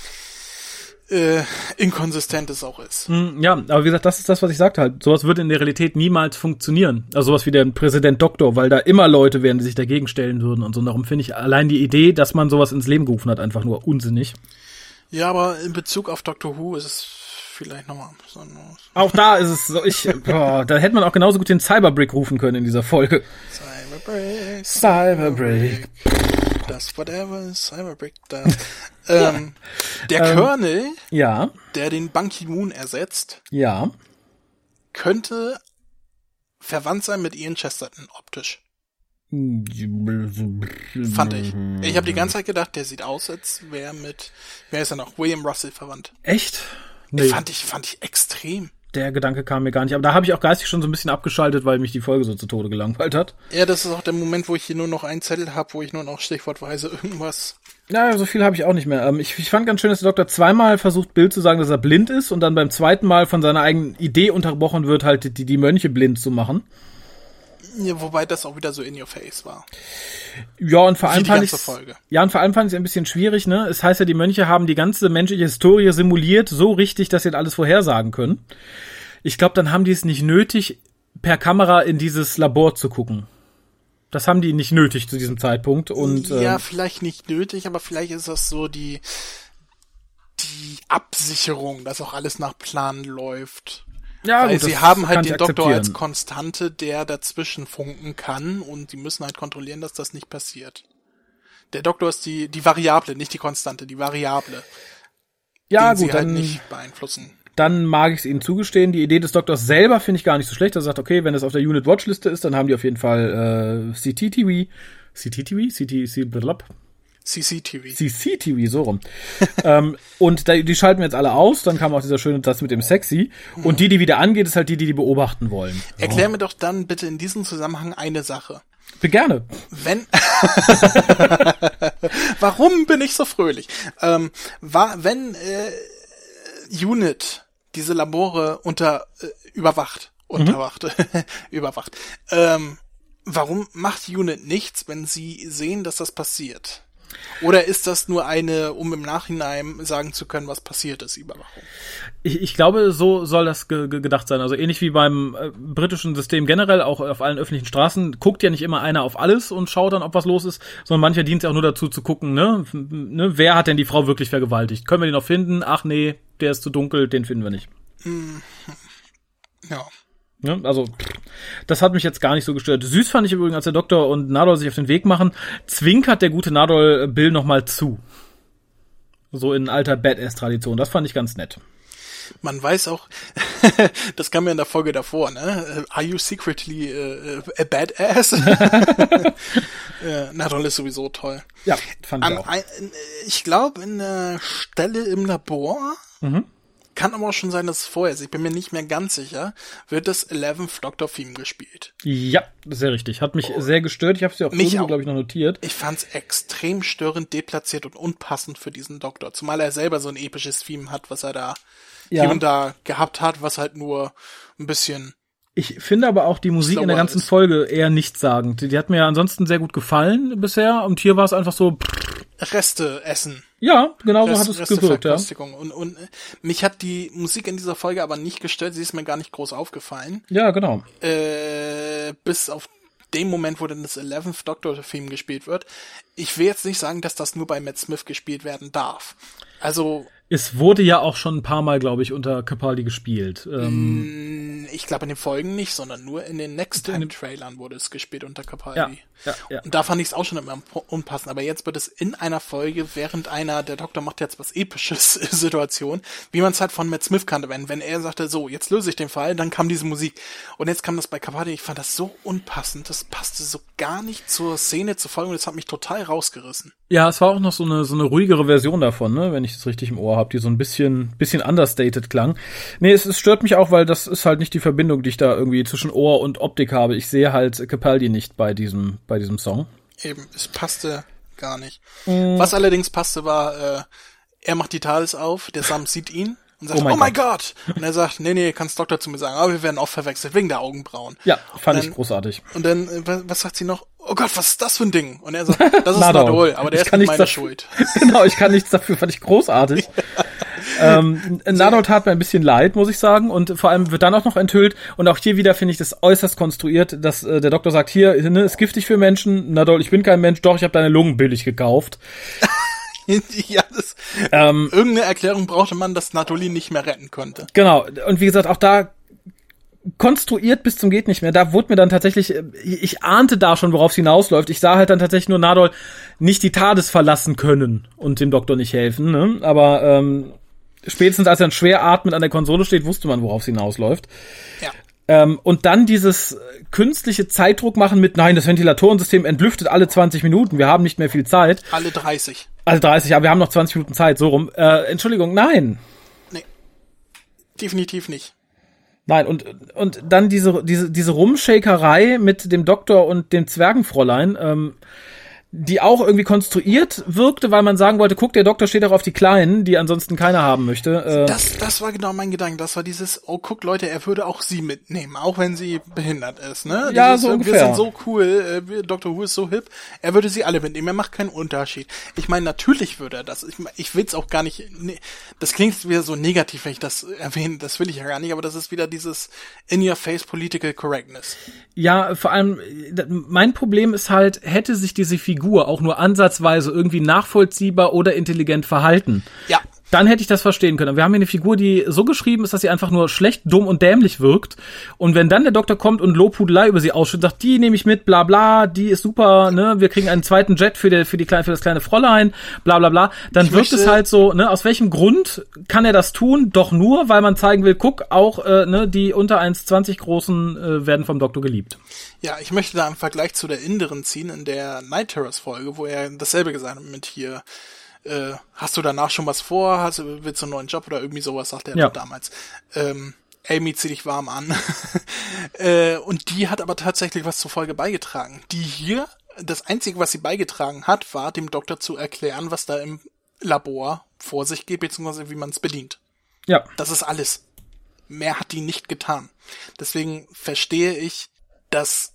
inkonsistent es auch ist. Ja, aber wie gesagt, das ist das, was ich sagte halt. Sowas würde in der Realität niemals funktionieren. Also sowas wie der Präsident Doktor, weil da immer Leute wären, die sich dagegen stellen würden und so. Darum finde ich allein die Idee, dass man sowas ins Leben gerufen hat, einfach nur unsinnig. Ja, aber in Bezug auf Doctor Who ist es vielleicht nochmal besonders. Auch da ist es so, da hätte man auch genauso gut den Cyberbrick rufen können in dieser Folge. Cyberbrick. Das whatever Cyberbrick da. Der Colonel, der den Ban Ki-moon ersetzt, könnte verwandt sein mit Ian Chesterton optisch. Fand ich. Ich habe die ganze Zeit gedacht, der sieht aus, als wäre wer ist er noch? William Russell verwandt. Echt? Nee. Fand ich extrem. Der Gedanke kam mir gar nicht. Aber da habe ich auch geistig schon so ein bisschen abgeschaltet, weil mich die Folge so zu Tode gelangweilt hat. Ja, das ist auch der Moment, wo ich hier nur noch einen Zettel habe, wo ich nur noch stichwortweise irgendwas... Ja, so viel habe ich auch nicht mehr. Ich fand ganz schön, dass der Doktor zweimal versucht, Bill zu sagen, dass er blind ist und dann beim zweiten Mal von seiner eigenen Idee unterbrochen wird, halt die Mönche blind zu machen. Ja, wobei das auch wieder so in your face war. Ja, und vor allem fand ich es ein bisschen schwierig, ne? Es heißt ja, die Mönche haben die ganze menschliche Historie simuliert, so richtig, dass sie alles vorhersagen können. Ich glaube, dann haben die es nicht nötig, per Kamera in dieses Labor zu gucken. Das haben die nicht nötig zu diesem Zeitpunkt. Und ja, vielleicht nicht nötig, aber vielleicht ist das so die Absicherung, dass auch alles nach Plan läuft. Ja, weil gut, sie haben halt den Doktor als Konstante, der dazwischen funken kann und die müssen halt kontrollieren, dass das nicht passiert. Der Doktor ist die Variable, nicht die Konstante, die Variable. Ja, den gut, sie halt nicht beeinflussen dann mag ich es ihnen zugestehen. Die Idee des Doktors selber finde ich gar nicht so schlecht. Er sagt, okay, wenn es auf der Unit-Watch-Liste ist, dann haben die auf jeden Fall CCTV, so rum. Und die schalten wir jetzt alle aus. Dann kam auch dieser schöne Satz mit dem Sexy. Und die wieder angeht, ist halt die beobachten wollen. Erklär mir doch dann bitte in diesem Zusammenhang eine Sache. Gerne. Warum bin ich so fröhlich? Wenn Unit diese Labore überwacht, warum macht Unit nichts, wenn sie sehen, dass das passiert? Oder ist das nur um im Nachhinein sagen zu können, was passiert ist, Überwachung? Ich glaube, so soll das gedacht sein. Also ähnlich wie beim britischen System generell, auch auf allen öffentlichen Straßen, guckt ja nicht immer einer auf alles und schaut dann, ob was los ist, sondern mancher dient ja auch nur dazu zu gucken, ne, wer hat denn die Frau wirklich vergewaltigt? Können wir den noch finden? Ach nee, der ist zu dunkel, den finden wir nicht. Ja. Ja, also, das hat mich jetzt gar nicht so gestört. Süß fand ich übrigens, als der Doktor und Nardole sich auf den Weg machen, zwinkert der gute Nardole Bill nochmal zu. So in alter Badass-Tradition. Das fand ich ganz nett. Man weiß auch, das kam ja in der Folge davor, ne? Are you secretly a badass? Nardole ist sowieso toll. Ja, fand ich auch. Ich glaube, in der Stelle im Labor, kann aber auch schon sein, dass es vorher ist. Ich bin mir nicht mehr ganz sicher. Wird das 11th Doctor Theme gespielt? Ja, sehr richtig. Hat mich sehr gestört. Ich habe es ja auch irgendwo, glaube ich, noch notiert. Ich fand es extrem störend, deplatziert und unpassend für diesen Doktor. Zumal er selber so ein episches Theme hat, was er da hier und da gehabt hat, was halt nur ein bisschen... Ich finde aber auch die Musik in der ganzen Folge eher nichtssagend. Die hat mir ja ansonsten sehr gut gefallen bisher. Und hier war es einfach so... Reste essen. Ja, genau so hat es gewirkt, ja. Und mich hat die Musik in dieser Folge aber nicht gestört, sie ist mir gar nicht groß aufgefallen. Ja, genau. Bis auf den Moment, wo dann das 11th Doctor Theme gespielt wird. Ich will jetzt nicht sagen, dass das nur bei Matt Smith gespielt werden darf. Also... Es wurde ja auch schon ein paar Mal, glaube ich, unter Capaldi gespielt. Ich glaube in den Folgen nicht, sondern nur in den Next-Time-Trailern wurde es gespielt unter Capaldi. Ja. Und da fand ich es auch schon immer unpassend. Aber jetzt wird es in einer Folge, während der Doktor macht jetzt was Episches Situation, wie man es halt von Matt Smith kannte. Wenn er sagte, so, jetzt löse ich den Fall, dann kam diese Musik. Und jetzt kam das bei Capaldi. Ich fand das so unpassend. Das passte so gar nicht zur Szene, zur Folge. Und das hat mich total rausgerissen. Ja, es war auch noch so eine ruhigere Version davon, ne, wenn ich das richtig im Ohr habe, die so ein bisschen understated klang. Nee, es stört mich auch, weil das ist halt nicht die Verbindung, die ich da irgendwie zwischen Ohr und Optik habe. Ich sehe halt Capaldi nicht bei diesem Song. Eben, es passte gar nicht. Was allerdings passte war, er macht die TARDIS auf, der Sam sieht ihn und sagt, oh mein Gott! Und er sagt, nee, kannst Doktor zu mir sagen, aber wir werden auch verwechselt wegen der Augenbrauen. Ja, fand ich großartig. Und dann, was sagt sie noch? Oh Gott, was ist das für ein Ding? Und er sagt, das ist Nardole, aber der ist nicht meine Schuld. Genau, ich kann nichts dafür, fand ich großartig. Nardole tat mir ein bisschen leid, muss ich sagen, und vor allem wird dann auch noch enthüllt, und auch hier wieder finde ich das äußerst konstruiert, dass der Doktor sagt, hier, ne, ist giftig für Menschen, Nardole, ich bin kein Mensch, doch, ich habe deine Lungen billig gekauft. Ja, irgendeine Erklärung brauchte man, dass Nardole nicht mehr retten konnte. Genau, und wie gesagt, auch da konstruiert bis zum geht nicht mehr. Da wurde mir dann tatsächlich, ich ahnte da schon, worauf es hinausläuft. Ich sah halt dann tatsächlich nur Nardole nicht die TARDIS verlassen können und dem Doktor nicht helfen, ne? Aber spätestens als er dann schwer atmend an der Konsole steht, wusste man, worauf es hinausläuft. Ja. Und dann dieses künstliche Zeitdruck machen mit, nein, das Ventilatorensystem entlüftet alle 20 Minuten, wir haben nicht mehr viel Zeit. Alle 30. Alle 30, aber wir haben noch 20 Minuten Zeit, so rum. Entschuldigung, nein. Nee, definitiv nicht. Nein, und dann diese Rumshakerei mit dem Doktor und dem Zwergenfräulein, die auch irgendwie konstruiert wirkte, weil man sagen wollte, guck, der Doktor steht auch auf die Kleinen, die ansonsten keiner haben möchte. Das war genau mein Gedanke. Das war dieses, oh, guck Leute, er würde auch sie mitnehmen, auch wenn sie behindert ist, ne? Ja, dieses, so ungefähr. Wir sind so cool, Dr. Who ist so hip, er würde sie alle mitnehmen, er macht keinen Unterschied. Ich meine, natürlich würde er das. Ich will's auch gar nicht, das klingt wieder so negativ, wenn ich das erwähne, das will ich ja gar nicht, aber das ist wieder dieses in-your-face Political Correctness. Ja, vor allem, mein Problem ist halt, hätte sich diese Figur auch nur ansatzweise irgendwie nachvollziehbar oder intelligent verhalten. Ja. Dann hätte ich das verstehen können. Wir haben hier eine Figur, die so geschrieben ist, dass sie einfach nur schlecht, dumm und dämlich wirkt. Und wenn dann der Doktor kommt und Lobhudelei über sie ausschüttet, sagt, die nehme ich mit, bla bla, die ist super, ne, wir kriegen einen zweiten Jet für das kleine Fräulein, bla bla bla, dann wirkt es halt so, ne, aus welchem Grund kann er das tun? Doch nur, weil man zeigen will, guck, auch die unter 1,20 Großen werden vom Doktor geliebt. Ja, ich möchte da einen Vergleich zu der Inderen ziehen, in der Night Terrors Folge, wo er dasselbe gesagt hat mit hier, hast du danach schon was vor? Willst du einen neuen Job oder irgendwie sowas, sagt er damals. Amy, zieh dich warm an. Und die hat aber tatsächlich was zur Folge beigetragen. Die hier, das Einzige, was sie beigetragen hat, war, dem Doktor zu erklären, was da im Labor vor sich geht, beziehungsweise wie man es bedient. Ja. Das ist alles. Mehr hat die nicht getan. Deswegen verstehe ich, dass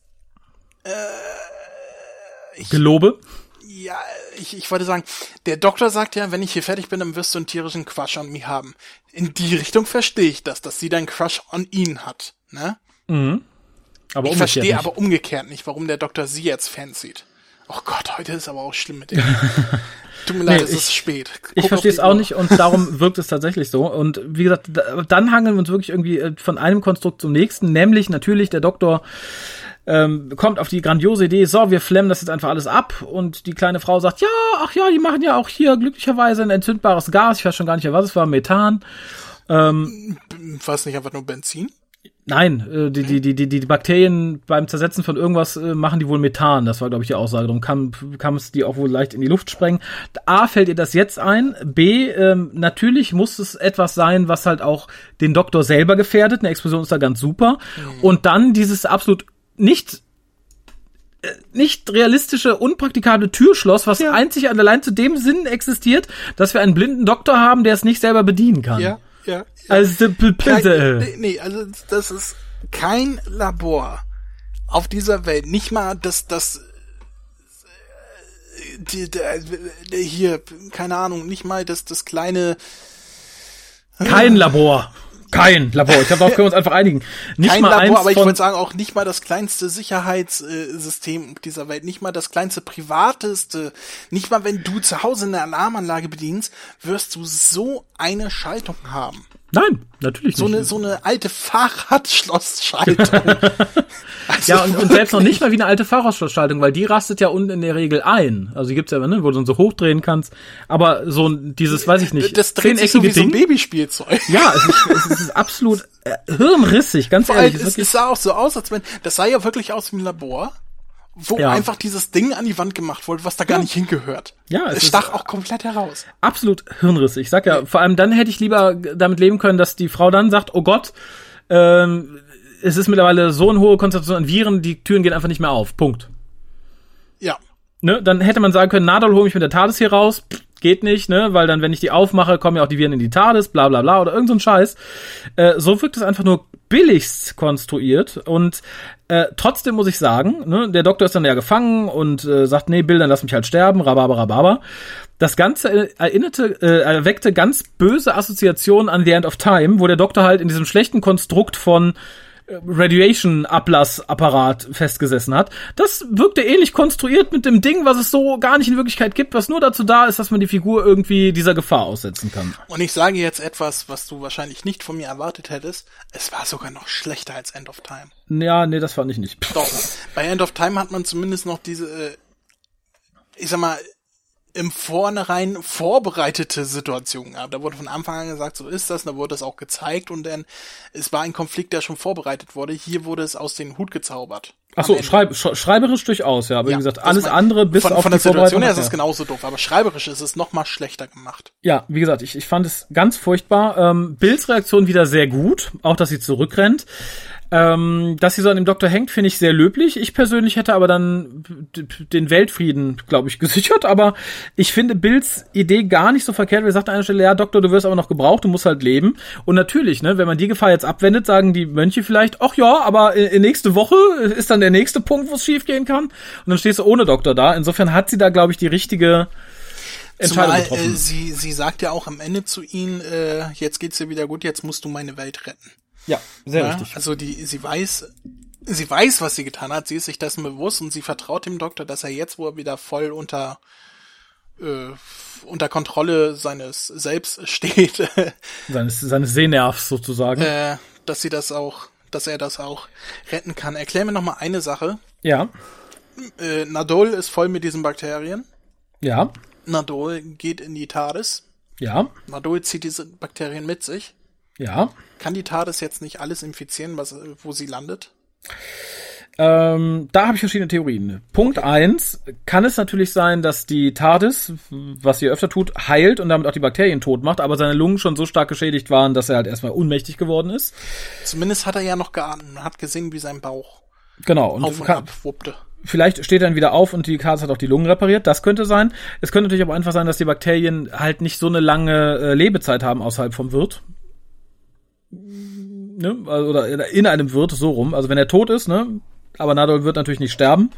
Gelobe? Ja, ich wollte sagen, der Doktor sagt ja, wenn ich hier fertig bin, dann wirst du einen tierischen Crush on me haben. In die Richtung verstehe ich das, dass sie dann Crush on ihn hat, ne? Mhm. Aber ich verstehe aber umgekehrt nicht, warum der Doktor sie jetzt fansieht. Oh Gott, heute ist aber auch schlimm mit dem. Tut mir leid, es ist spät. Ich verstehe es auch nicht und darum wirkt es tatsächlich so. Und wie gesagt, dann hangeln wir uns wirklich irgendwie von einem Konstrukt zum nächsten, nämlich natürlich der Doktor kommt auf die grandiose Idee, so, wir flemmen das jetzt einfach alles ab und die kleine Frau sagt, ja, ach ja, die machen ja auch hier glücklicherweise ein entzündbares Gas, ich weiß schon gar nicht mehr, was es war, Methan. War es nicht einfach nur Benzin? Nein, die Bakterien beim Zersetzen von irgendwas machen die wohl Methan, das war, glaube ich, die Aussage, darum kann es die auch wohl leicht in die Luft sprengen. A, fällt ihr das jetzt ein, B, natürlich muss es etwas sein, was halt auch den Doktor selber gefährdet, eine Explosion ist da ganz super, und dann dieses absolut nicht realistische, unpraktikable Türschloss, was einzig und allein zu dem Sinn existiert, dass wir einen blinden Doktor haben, der es nicht selber bedienen kann. Ja. Also, nee, also das ist kein Labor auf dieser Welt, nicht mal hier, keine Ahnung, nicht mal das kleine... Kein Labor. Ich glaube, darauf können wir uns einfach einigen. Nicht kein mal Labor, eins aber ich wollte sagen, auch nicht mal das kleinste Sicherheitssystem dieser Welt, nicht mal das kleinste privateste, nicht mal wenn du zu Hause eine Alarmanlage bedienst, wirst du so eine Schaltung haben. Nein, natürlich nicht. So eine alte Fahrradschlossschaltung. Also ja, und selbst noch nicht mal wie eine alte Fahrradschlossschaltung, weil die rastet ja unten in der Regel ein. Also die gibt's ja, ne, wo du so hochdrehen kannst. Aber so dieses, weiß ich nicht, das dreht sich so wie so ein Babyspielzeug. Ja, es ist absolut hirnrissig, ganz ehrlich. Es sah auch so aus, als wenn, das sah ja wirklich aus wie ein Labor, wo einfach dieses Ding an die Wand gemacht wurde, was da gar nicht hingehört. Ja, es stach auch komplett heraus. Absolut hirnrissig. Ich sag ja, vor allem dann hätte ich lieber damit leben können, dass die Frau dann sagt, oh Gott, es ist mittlerweile so eine hohe Konzentration an Viren, die Türen gehen einfach nicht mehr auf. Punkt. Ja. Ne, dann hätte man sagen können, na, dann hol mich mit der TARDIS hier raus. Geht nicht, ne, weil dann, wenn ich die aufmache, kommen ja auch die Viren in die TARDIS, bla bla bla, oder irgend so ein Scheiß. So wirkt es einfach nur billigst konstruiert und trotzdem muss ich sagen, ne, der Doktor ist dann ja gefangen und sagt, nee, Bill, dann lass mich halt sterben, rababa. Das Ganze erweckte ganz böse Assoziationen an The End of Time, wo der Doktor halt in diesem schlechten Konstrukt von Radiation-Ablassapparat festgesessen hat. Das wirkte ähnlich konstruiert mit dem Ding, was es so gar nicht in Wirklichkeit gibt, was nur dazu da ist, dass man die Figur irgendwie dieser Gefahr aussetzen kann. Und ich sage jetzt etwas, was du wahrscheinlich nicht von mir erwartet hättest. Es war sogar noch schlechter als End of Time. Ja, nee, das fand ich nicht. Doch, bei End of Time hat man zumindest noch diese, ich sag mal, im Vornherein vorbereitete Situation gehabt. Da wurde von Anfang an gesagt, so ist das, da wurde das auch gezeigt und dann, es war ein Konflikt, der schon vorbereitet wurde. Hier wurde es aus dem Hut gezaubert. Ach so, schreiberisch durchaus, ja. Aber wie gesagt, alles andere bis auf von der Situation her ist es genauso doof, aber schreiberisch ist es noch mal schlechter gemacht. Ja, wie gesagt, ich fand es ganz furchtbar. Bills Reaktion wieder sehr gut, auch dass sie zurückrennt. Dass sie so an dem Doktor hängt, finde ich sehr löblich. Ich persönlich hätte aber dann den Weltfrieden, glaube ich, gesichert. Aber ich finde Bills Idee gar nicht so verkehrt. Wir sagten an einer Stelle, ja, Doktor, du wirst aber noch gebraucht, du musst halt leben. Und natürlich, ne, wenn man die Gefahr jetzt abwendet, sagen die Mönche vielleicht, ach ja, aber nächste Woche ist dann der nächste Punkt, wo es schief gehen kann. Und dann stehst du ohne Doktor da. Insofern hat sie da, glaube ich, die richtige Entscheidung getroffen. Sie sagt ja auch am Ende zu ihnen, jetzt geht's dir wieder gut, jetzt musst du meine Welt retten. Ja, sehr richtig. Also sie weiß, was sie getan hat, sie ist sich dessen bewusst und sie vertraut dem Doktor, dass er jetzt, wo er wieder voll unter unter Kontrolle seines Selbst steht. Seines Sehnervs sozusagen. Dass er das auch retten kann. Erklär mir noch mal eine Sache. Ja. Nardole ist voll mit diesen Bakterien. Ja. Nardole geht in die TARDIS. Ja. Nardole zieht diese Bakterien mit sich. Ja. Kann die TARDIS jetzt nicht alles infizieren, wo sie landet? Da habe ich verschiedene Theorien. Punkt 1, kann es natürlich sein, dass die TARDIS, was sie öfter tut, heilt und damit auch die Bakterien tot macht, aber seine Lungen schon so stark geschädigt waren, dass er halt erstmal ohnmächtig geworden ist. Zumindest hat er ja noch geahnt und hat gesehen, wie sein Bauch auf und ab wuppte. Vielleicht steht er dann wieder auf und die TARDIS hat auch die Lungen repariert. Das könnte sein. Es könnte natürlich aber einfach sein, dass die Bakterien halt nicht so eine lange Lebezeit haben außerhalb vom Wirt. Ne? Oder in einem Wirt, so rum. Also wenn er tot ist, ne? Aber Nardole wird natürlich nicht sterben.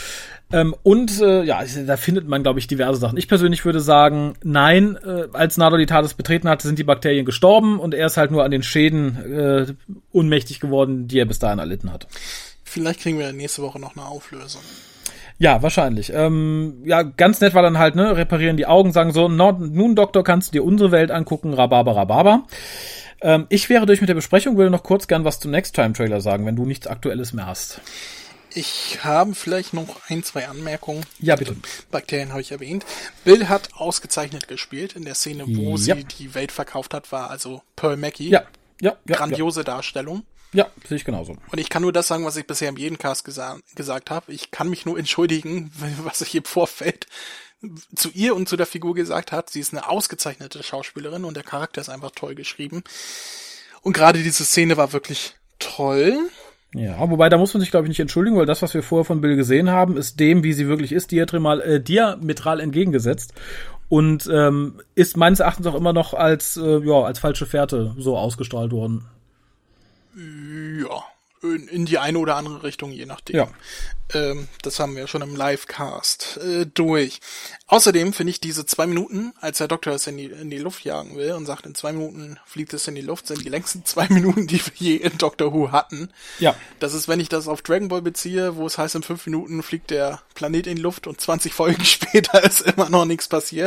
Da findet man, glaube ich, diverse Sachen. Ich persönlich würde sagen, nein, als Nardole die TARDIS betreten hatte, sind die Bakterien gestorben und er ist halt nur an den Schäden ohnmächtig geworden, die er bis dahin erlitten hat. Vielleicht kriegen wir nächste Woche noch eine Auflösung. Ja, wahrscheinlich. Ganz nett war dann halt, ne, reparieren die Augen, sagen so, nun Doktor, kannst du dir unsere Welt angucken, Rhabarber, Rhabarber. Ich wäre durch mit der Besprechung, würde noch kurz gern was zum Next-Time-Trailer sagen, wenn du nichts Aktuelles mehr hast. Ich habe vielleicht noch 1-2 Anmerkungen. Ja, bitte. Bakterien habe ich erwähnt. Bill hat ausgezeichnet gespielt in der Szene, wo sie die Welt verkauft hat, war also Pearl Mackie. Ja. Grandiose Darstellung. Ja, sehe ich genauso. Und ich kann nur das sagen, was ich bisher im jeden Cast gesagt habe. Ich kann mich nur entschuldigen, was ich im Vorfeld zu ihr und zu der Figur gesagt hat. Sie ist eine ausgezeichnete Schauspielerin und der Charakter ist einfach toll geschrieben. Und gerade diese Szene war wirklich toll. Ja, wobei da muss man sich, glaube ich, nicht entschuldigen, weil das, was wir vorher von Bill gesehen haben, ist dem, wie sie wirklich ist, diametral entgegengesetzt. Und ist meines Erachtens auch immer noch als falsche Fährte so ausgestrahlt worden. Ja, in die eine oder andere Richtung, je nachdem. Ja. Das haben wir schon im Livecast durch. Außerdem finde ich diese 2 Minuten, als der Doktor es in die Luft jagen will und sagt, in 2 Minuten fliegt es in die Luft, sind die längsten 2 Minuten, die wir je in Doctor Who hatten. Ja. Das ist, wenn ich das auf Dragon Ball beziehe, wo es heißt, in 5 Minuten fliegt der Planet in die Luft und 20 Folgen später ist immer noch nichts passiert.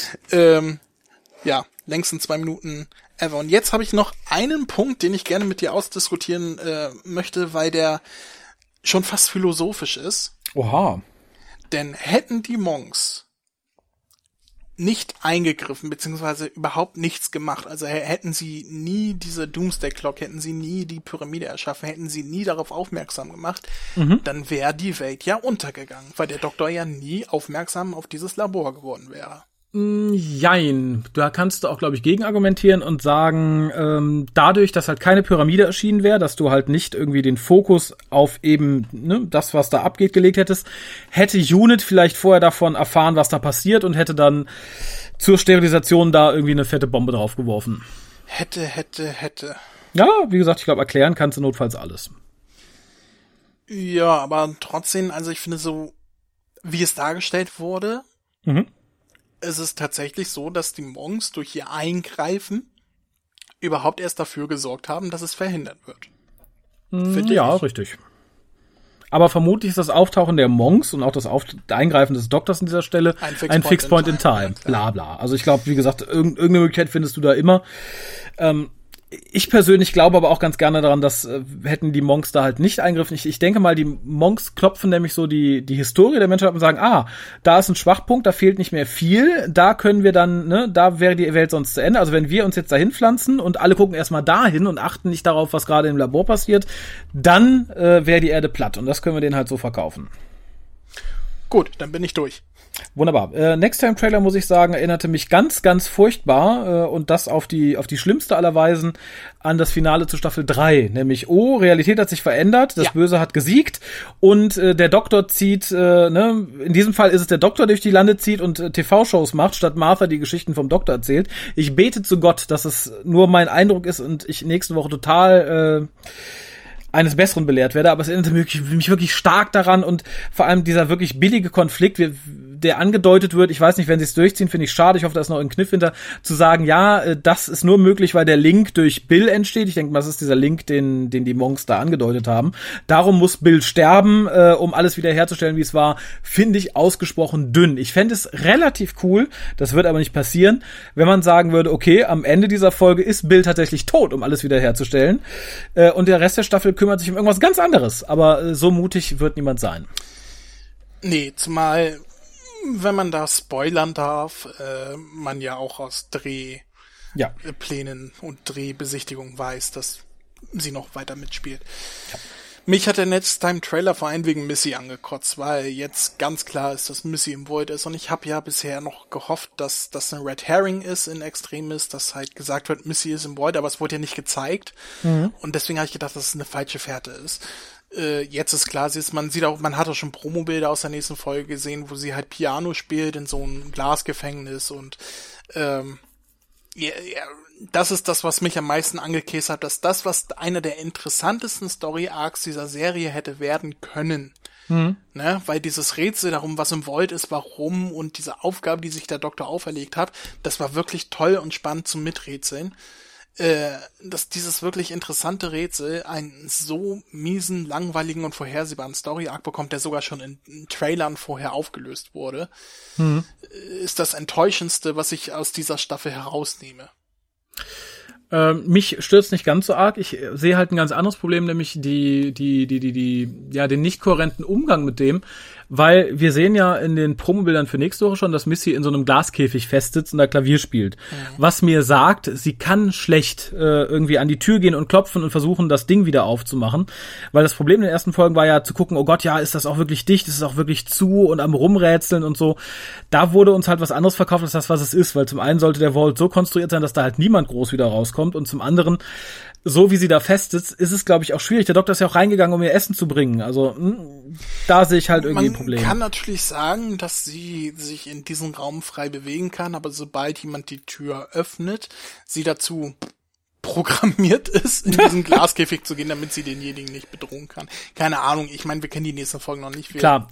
Längsten 2 Minuten ever. Und jetzt habe ich noch einen Punkt, den ich gerne mit dir ausdiskutieren möchte, weil der schon fast philosophisch ist. Oha. Denn hätten die Monks nicht eingegriffen, beziehungsweise überhaupt nichts gemacht, also hätten sie nie diese Doomsday Clock, hätten sie nie die Pyramide erschaffen, hätten sie nie darauf aufmerksam gemacht, dann wäre die Welt ja untergegangen, weil der Doktor ja nie aufmerksam auf dieses Labor geworden wäre. Jein. Da kannst du auch, glaube ich, gegenargumentieren und sagen, dadurch, dass halt keine Pyramide erschienen wäre, dass du halt nicht irgendwie den Fokus auf eben das, was da abgeht, gelegt hättest, hätte Unit vielleicht vorher davon erfahren, was da passiert und hätte dann zur Sterilisation da irgendwie eine fette Bombe draufgeworfen. Hätte. Ja, wie gesagt, ich glaube, erklären kannst du notfalls alles. Ja, aber trotzdem, also ich finde so, wie es dargestellt wurde, es ist tatsächlich so, dass die Monks durch ihr Eingreifen überhaupt erst dafür gesorgt haben, dass es verhindert wird. Ja, richtig. Aber vermutlich ist das Auftauchen der Monks und auch das Eingreifen des Doktors an dieser Stelle ein Fixed Point in Time. Bla bla. Also ich glaube, wie gesagt, irgendeine Möglichkeit findest du da immer. Ich persönlich glaube aber auch ganz gerne daran, dass hätten die Monks da halt nicht eingegriffen. Ich denke mal, die Monks klopfen nämlich so die Historie der Menschheit und sagen, da ist ein Schwachpunkt, da fehlt nicht mehr viel, da können wir dann, da wäre die Welt sonst zu Ende. Also wenn wir uns jetzt dahin pflanzen und alle gucken erstmal dahin und achten nicht darauf, was gerade im Labor passiert, dann wäre die Erde platt und das können wir denen halt so verkaufen. Gut, dann bin ich durch. Wunderbar. Next-Time-Trailer, muss ich sagen, erinnerte mich ganz, ganz furchtbar und das auf die schlimmste aller Weisen an das Finale zu Staffel 3. Nämlich, Realität hat sich verändert, das Böse hat gesiegt und der Doktor zieht, in diesem Fall ist es der Doktor, der durch die Lande zieht und TV-Shows macht, statt Martha die Geschichten vom Doktor erzählt. Ich bete zu Gott, dass es nur mein Eindruck ist und ich nächste Woche total eines Besseren belehrt werde, aber es erinnerte mich wirklich stark daran und vor allem dieser wirklich billige Konflikt. Wir der angedeutet wird, ich weiß nicht, wenn sie es durchziehen, finde ich schade, ich hoffe, da ist noch ein Kniff hinter, zu sagen, ja, das ist nur möglich, weil der Link durch Bill entsteht. Ich denke mal, das ist dieser Link, den die Monks da angedeutet haben. Darum muss Bill sterben, um alles wieder herzustellen, wie es war, finde ich ausgesprochen dünn. Ich fände es relativ cool, das wird aber nicht passieren, wenn man sagen würde, okay, am Ende dieser Folge ist Bill tatsächlich tot, um alles wieder herzustellen, und der Rest der Staffel kümmert sich um irgendwas ganz anderes, aber so mutig wird niemand sein. Nee, zumal, wenn man da spoilern darf, man ja auch aus Drehplänen und Drehbesichtigungen weiß, dass sie noch weiter mitspielt. Ja. Mich hat der Next-Time-Trailer vor allem wegen Missy angekotzt, weil jetzt ganz klar ist, dass Missy im Void ist, und ich habe ja bisher noch gehofft, dass das ein Red Herring ist in Extremis, dass halt gesagt wird, Missy ist im Void, aber es wurde ja nicht gezeigt, und deswegen habe ich gedacht, dass es eine falsche Fährte ist. Jetzt ist klar, man hat auch schon Promobilder aus der nächsten Folge gesehen, wo sie halt Piano spielt in so einem Glasgefängnis, und das ist das, was mich am meisten angekäst hat, dass das, was einer der interessantesten Story-Arcs dieser Serie hätte werden können, ne? Weil dieses Rätsel darum, was im Vault ist, warum, und diese Aufgabe, die sich der Doktor auferlegt hat, das war wirklich toll und spannend zum Miträtseln. Dass dieses wirklich interessante Rätsel einen so miesen, langweiligen und vorhersehbaren Story-Arc bekommt, der sogar schon in Trailern vorher aufgelöst wurde, ist das Enttäuschendste, was ich aus dieser Staffel herausnehme. Mich stört's nicht ganz so arg. Ich sehe halt ein ganz anderes Problem, nämlich den nicht kohärenten Umgang mit dem, weil wir sehen ja in den Promobildern für nächste Woche schon, dass Missy in so einem Glaskäfig festsitzt und da Klavier spielt. Was mir sagt, sie kann schlecht irgendwie an die Tür gehen und klopfen und versuchen, das Ding wieder aufzumachen, weil das Problem in den ersten Folgen war ja zu gucken, oh Gott, ja, ist das auch wirklich dicht, ist es auch wirklich zu, und am Rumrätseln und so. Da wurde uns halt was anderes verkauft als das, was es ist, weil zum einen sollte der Vault so konstruiert sein, dass da halt niemand groß wieder rauskommt, und zum anderen, so wie sie da festsitzt, ist es, glaube ich, auch schwierig. Der Doktor ist ja auch reingegangen, um ihr Essen zu bringen. Also da sehe ich halt irgendwie ein Problem. Man kann natürlich sagen, dass sie sich in diesem Raum frei bewegen kann, aber sobald jemand die Tür öffnet, sie dazu programmiert ist, in diesen Glaskäfig zu gehen, damit sie denjenigen nicht bedrohen kann. Keine Ahnung, ich meine, wir kennen die nächsten Folgen noch nicht. Klar,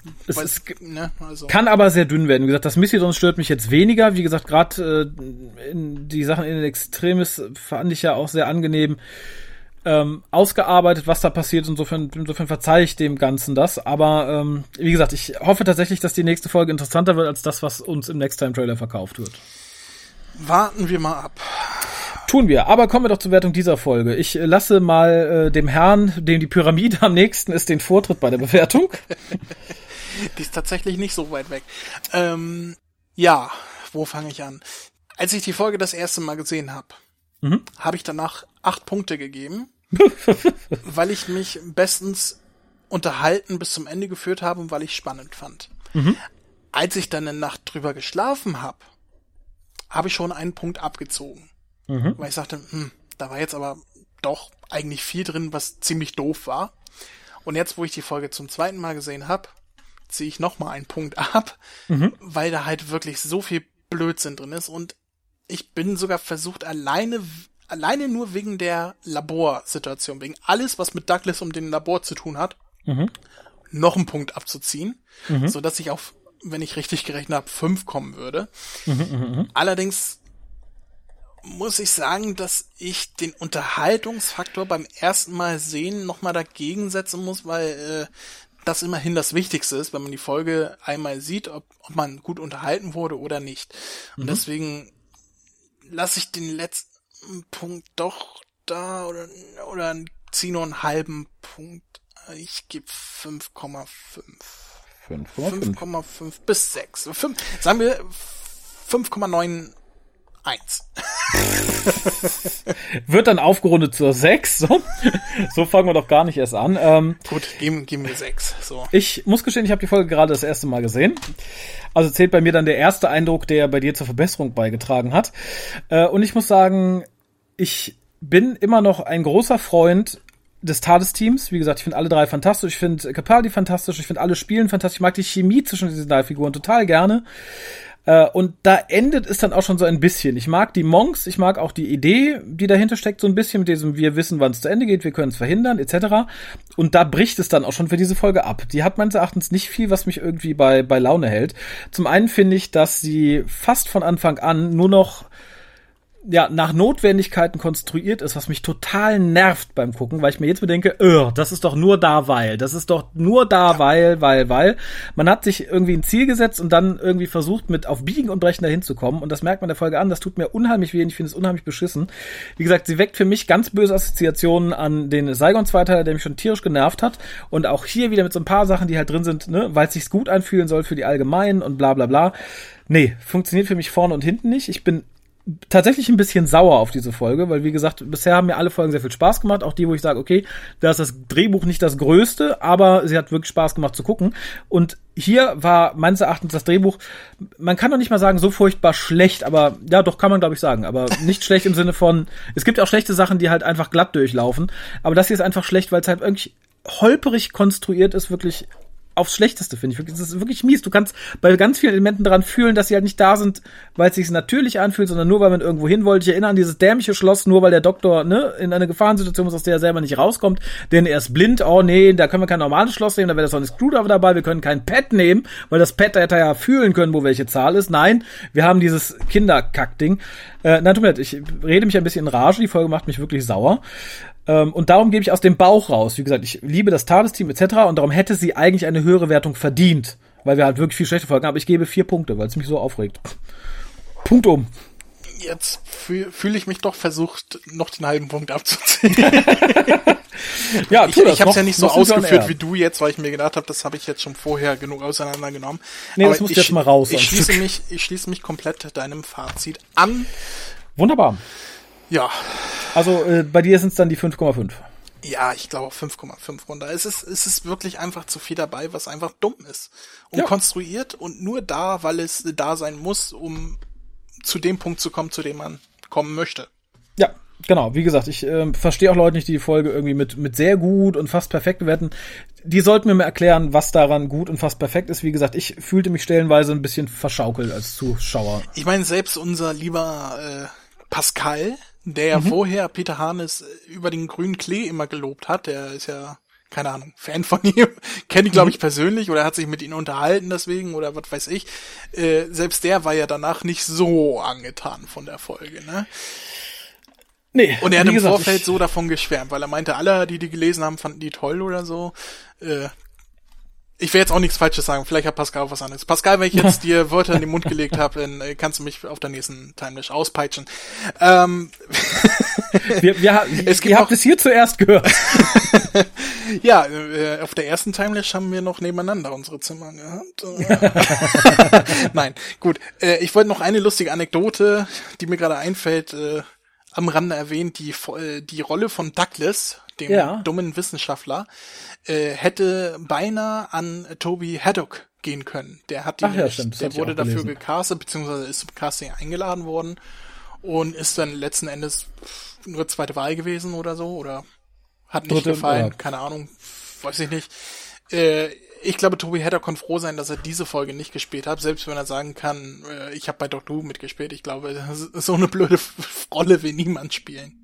kann aber sehr dünn werden. Wie gesagt, das Missy sonst stört mich jetzt weniger. Wie gesagt, gerade die Sachen in den Extremis fand ich ja auch sehr angenehm ausgearbeitet, was da passiert. Insofern verzeihe ich dem Ganzen das. Aber wie gesagt, ich hoffe tatsächlich, dass die nächste Folge interessanter wird als das, was uns im Next-Time-Trailer verkauft wird. Warten wir mal ab. Tun wir, aber kommen wir doch zur Wertung dieser Folge. Ich lasse mal dem Herrn, dem die Pyramide am nächsten ist, den Vortritt bei der Bewertung. Die ist tatsächlich nicht so weit weg. Ja, wo fange ich an? Als ich die Folge das erste Mal gesehen habe, habe ich danach 8 Punkte gegeben, weil ich mich bestens unterhalten bis zum Ende geführt habe und weil ich spannend fand. Als ich dann eine Nacht drüber geschlafen habe, habe ich schon einen Punkt abgezogen. Weil ich sagte, da war jetzt aber doch eigentlich viel drin, was ziemlich doof war. Und jetzt, wo ich die Folge zum zweiten Mal gesehen habe, ziehe ich noch mal einen Punkt ab, weil da halt wirklich so viel Blödsinn drin ist. Und ich bin sogar versucht, alleine nur wegen der Laborsituation, wegen alles, was mit Douglas um den Labor zu tun hat, noch einen Punkt abzuziehen, sodass ich auf, wenn ich richtig gerechnet habe, 5 kommen würde. Allerdings muss ich sagen, dass ich den Unterhaltungsfaktor beim ersten Mal sehen nochmal dagegen setzen muss, weil das immerhin das Wichtigste ist, wenn man die Folge einmal sieht, ob man gut unterhalten wurde oder nicht. Und deswegen lasse ich den letzten Punkt doch da oder ziehe nur einen halben Punkt. Ich gebe 5,5. 5,5 bis 6. Sagen wir 5,91. Wird dann aufgerundet zur 6. So fangen wir doch gar nicht erst an. Gut, geben wir 6. So. Ich muss gestehen, ich habe die Folge gerade das erste Mal gesehen. Also zählt bei mir dann der erste Eindruck, der bei dir zur Verbesserung beigetragen hat. Und ich muss sagen, ich bin immer noch ein großer Freund des TARDIS-Teams. Wie gesagt, ich finde alle 3 fantastisch. Ich finde Capaldi fantastisch. Ich finde alle Spielen fantastisch. Ich mag die Chemie zwischen diesen 3 Figuren total gerne. Und da endet es dann auch schon so ein bisschen. Ich mag die Monks, ich mag auch die Idee, die dahinter steckt, so ein bisschen mit diesem, wir wissen, wann es zu Ende geht, wir können es verhindern, etc. Und da bricht es dann auch schon für diese Folge ab. Die hat meines Erachtens nicht viel, was mich irgendwie bei Laune hält. Zum einen finde ich, dass sie fast von Anfang an nur noch nach Notwendigkeiten konstruiert ist, was mich total nervt beim Gucken, weil ich mir jetzt bedenke, das ist doch nur da, weil. Weil. Man hat sich irgendwie ein Ziel gesetzt und dann irgendwie versucht, mit auf Biegen und Brechen dahin zu kommen. Und das merkt man der Folge an. Das tut mir unheimlich weh und ich finde es unheimlich beschissen. Wie gesagt, sie weckt für mich ganz böse Assoziationen an den Saigon-Zweiteiler, der mich schon tierisch genervt hat. Und auch hier wieder mit so ein paar Sachen, die halt drin sind, ne, weil es sich gut anfühlen soll für die Allgemeinen und bla bla bla. Nee, funktioniert für mich vorne und hinten nicht. Ich bin tatsächlich ein bisschen sauer auf diese Folge, weil wie gesagt, bisher haben mir alle Folgen sehr viel Spaß gemacht, auch die, wo ich sage, okay, da ist das Drehbuch nicht das Größte, aber sie hat wirklich Spaß gemacht zu gucken. Und hier war meines Erachtens das Drehbuch, man kann doch nicht mal sagen, so furchtbar schlecht, aber ja, doch kann man, glaube ich, sagen, aber nicht schlecht im Sinne von, es gibt auch schlechte Sachen, die halt einfach glatt durchlaufen, aber das hier ist einfach schlecht, weil es halt irgendwie holperig konstruiert ist, wirklich aufs Schlechteste, finde ich. Das ist wirklich mies. Du kannst bei ganz vielen Elementen daran fühlen, dass sie halt nicht da sind, weil es sich natürlich anfühlt, sondern nur, weil man irgendwo hin wollte. Ich erinnere an dieses dämliche Schloss, nur weil der Doktor in eine Gefahrensituation muss, aus der er selber nicht rauskommt, denn er ist blind. Oh nee, da können wir kein normales Schloss nehmen, da wäre das auch ein Screwdriver dabei. Wir können kein Pad nehmen, weil das Pad hätte ja fühlen können, wo welche Zahl ist. Nein, wir haben dieses Kinderkack-Ding. Nein, tut mir leid, ich rede mich ein bisschen in Rage. Die Folge macht mich wirklich sauer. Und darum gebe ich aus dem Bauch raus. Wie gesagt, ich liebe das TARDIS-Team etc. Und darum hätte sie eigentlich eine höhere Wertung verdient, weil wir halt wirklich viel schlechte Folgen haben. Aber ich gebe 4 Punkte, weil es mich so aufregt. Punkt um. Jetzt fühle ich mich doch versucht, noch den halben Punkt abzuziehen. Ja, ich habe es ja nicht so ausgeführt wie du jetzt, weil ich mir gedacht habe, das habe ich jetzt schon vorher genug auseinandergenommen. Nee, aber das muss jetzt mal raus. Ich schließe mich komplett deinem Fazit an. Wunderbar. Ja. Also bei dir sind es dann die 5,5. Ja, ich glaube 5,5 runter. Es ist wirklich einfach zu viel dabei, was einfach dumm ist. Und konstruiert und nur da, weil es da sein muss, um zu dem Punkt zu kommen, zu dem man kommen möchte. Ja, genau. Wie gesagt, ich verstehe auch Leute nicht, die Folge irgendwie mit sehr gut und fast perfekt bewerten. Die sollten mir mal erklären, was daran gut und fast perfekt ist. Wie gesagt, ich fühlte mich stellenweise ein bisschen verschaukelt als Zuschauer. Ich meine, selbst unser lieber Pascal, der ja vorher Peter Harness über den grünen Klee immer gelobt hat, der ist ja, keine Ahnung, Fan von ihm, kenne ich glaube ich persönlich oder hat sich mit ihm unterhalten deswegen oder was weiß ich, selbst der war ja danach nicht so angetan von der Folge, ne? Nee. Und er hat im Vorfeld so davon geschwärmt, weil er meinte, alle, die gelesen haben, fanden die toll oder so. Ich will jetzt auch nichts Falsches sagen, vielleicht hat Pascal auch was anderes. Pascal, wenn ich jetzt dir Wörter in den Mund gelegt habe, dann kannst du mich auf der nächsten Timelash auspeitschen. Ihr habt es hier zuerst gehört. Ja, auf der ersten Timelash haben wir noch nebeneinander unsere Zimmer gehabt. Nein, gut. Ich wollte noch eine lustige Anekdote, die mir gerade einfällt, am Rande erwähnt, die Rolle von Douglas, dem dummen Wissenschaftler, hätte beinahe an Toby Haddock gehen können. Der hat der wurde dafür gecastet, beziehungsweise ist zum Casting eingeladen worden und ist dann letzten Endes nur zweite Wahl gewesen oder so, oder hat nicht gefallen, keine Ahnung, weiß ich nicht. Ich glaube, Toby Haddock kann froh sein, dass er diese Folge nicht gespielt hat, selbst wenn er sagen kann, ich habe bei Doctor Who mitgespielt. Ich glaube, so eine blöde Rolle will niemand spielen.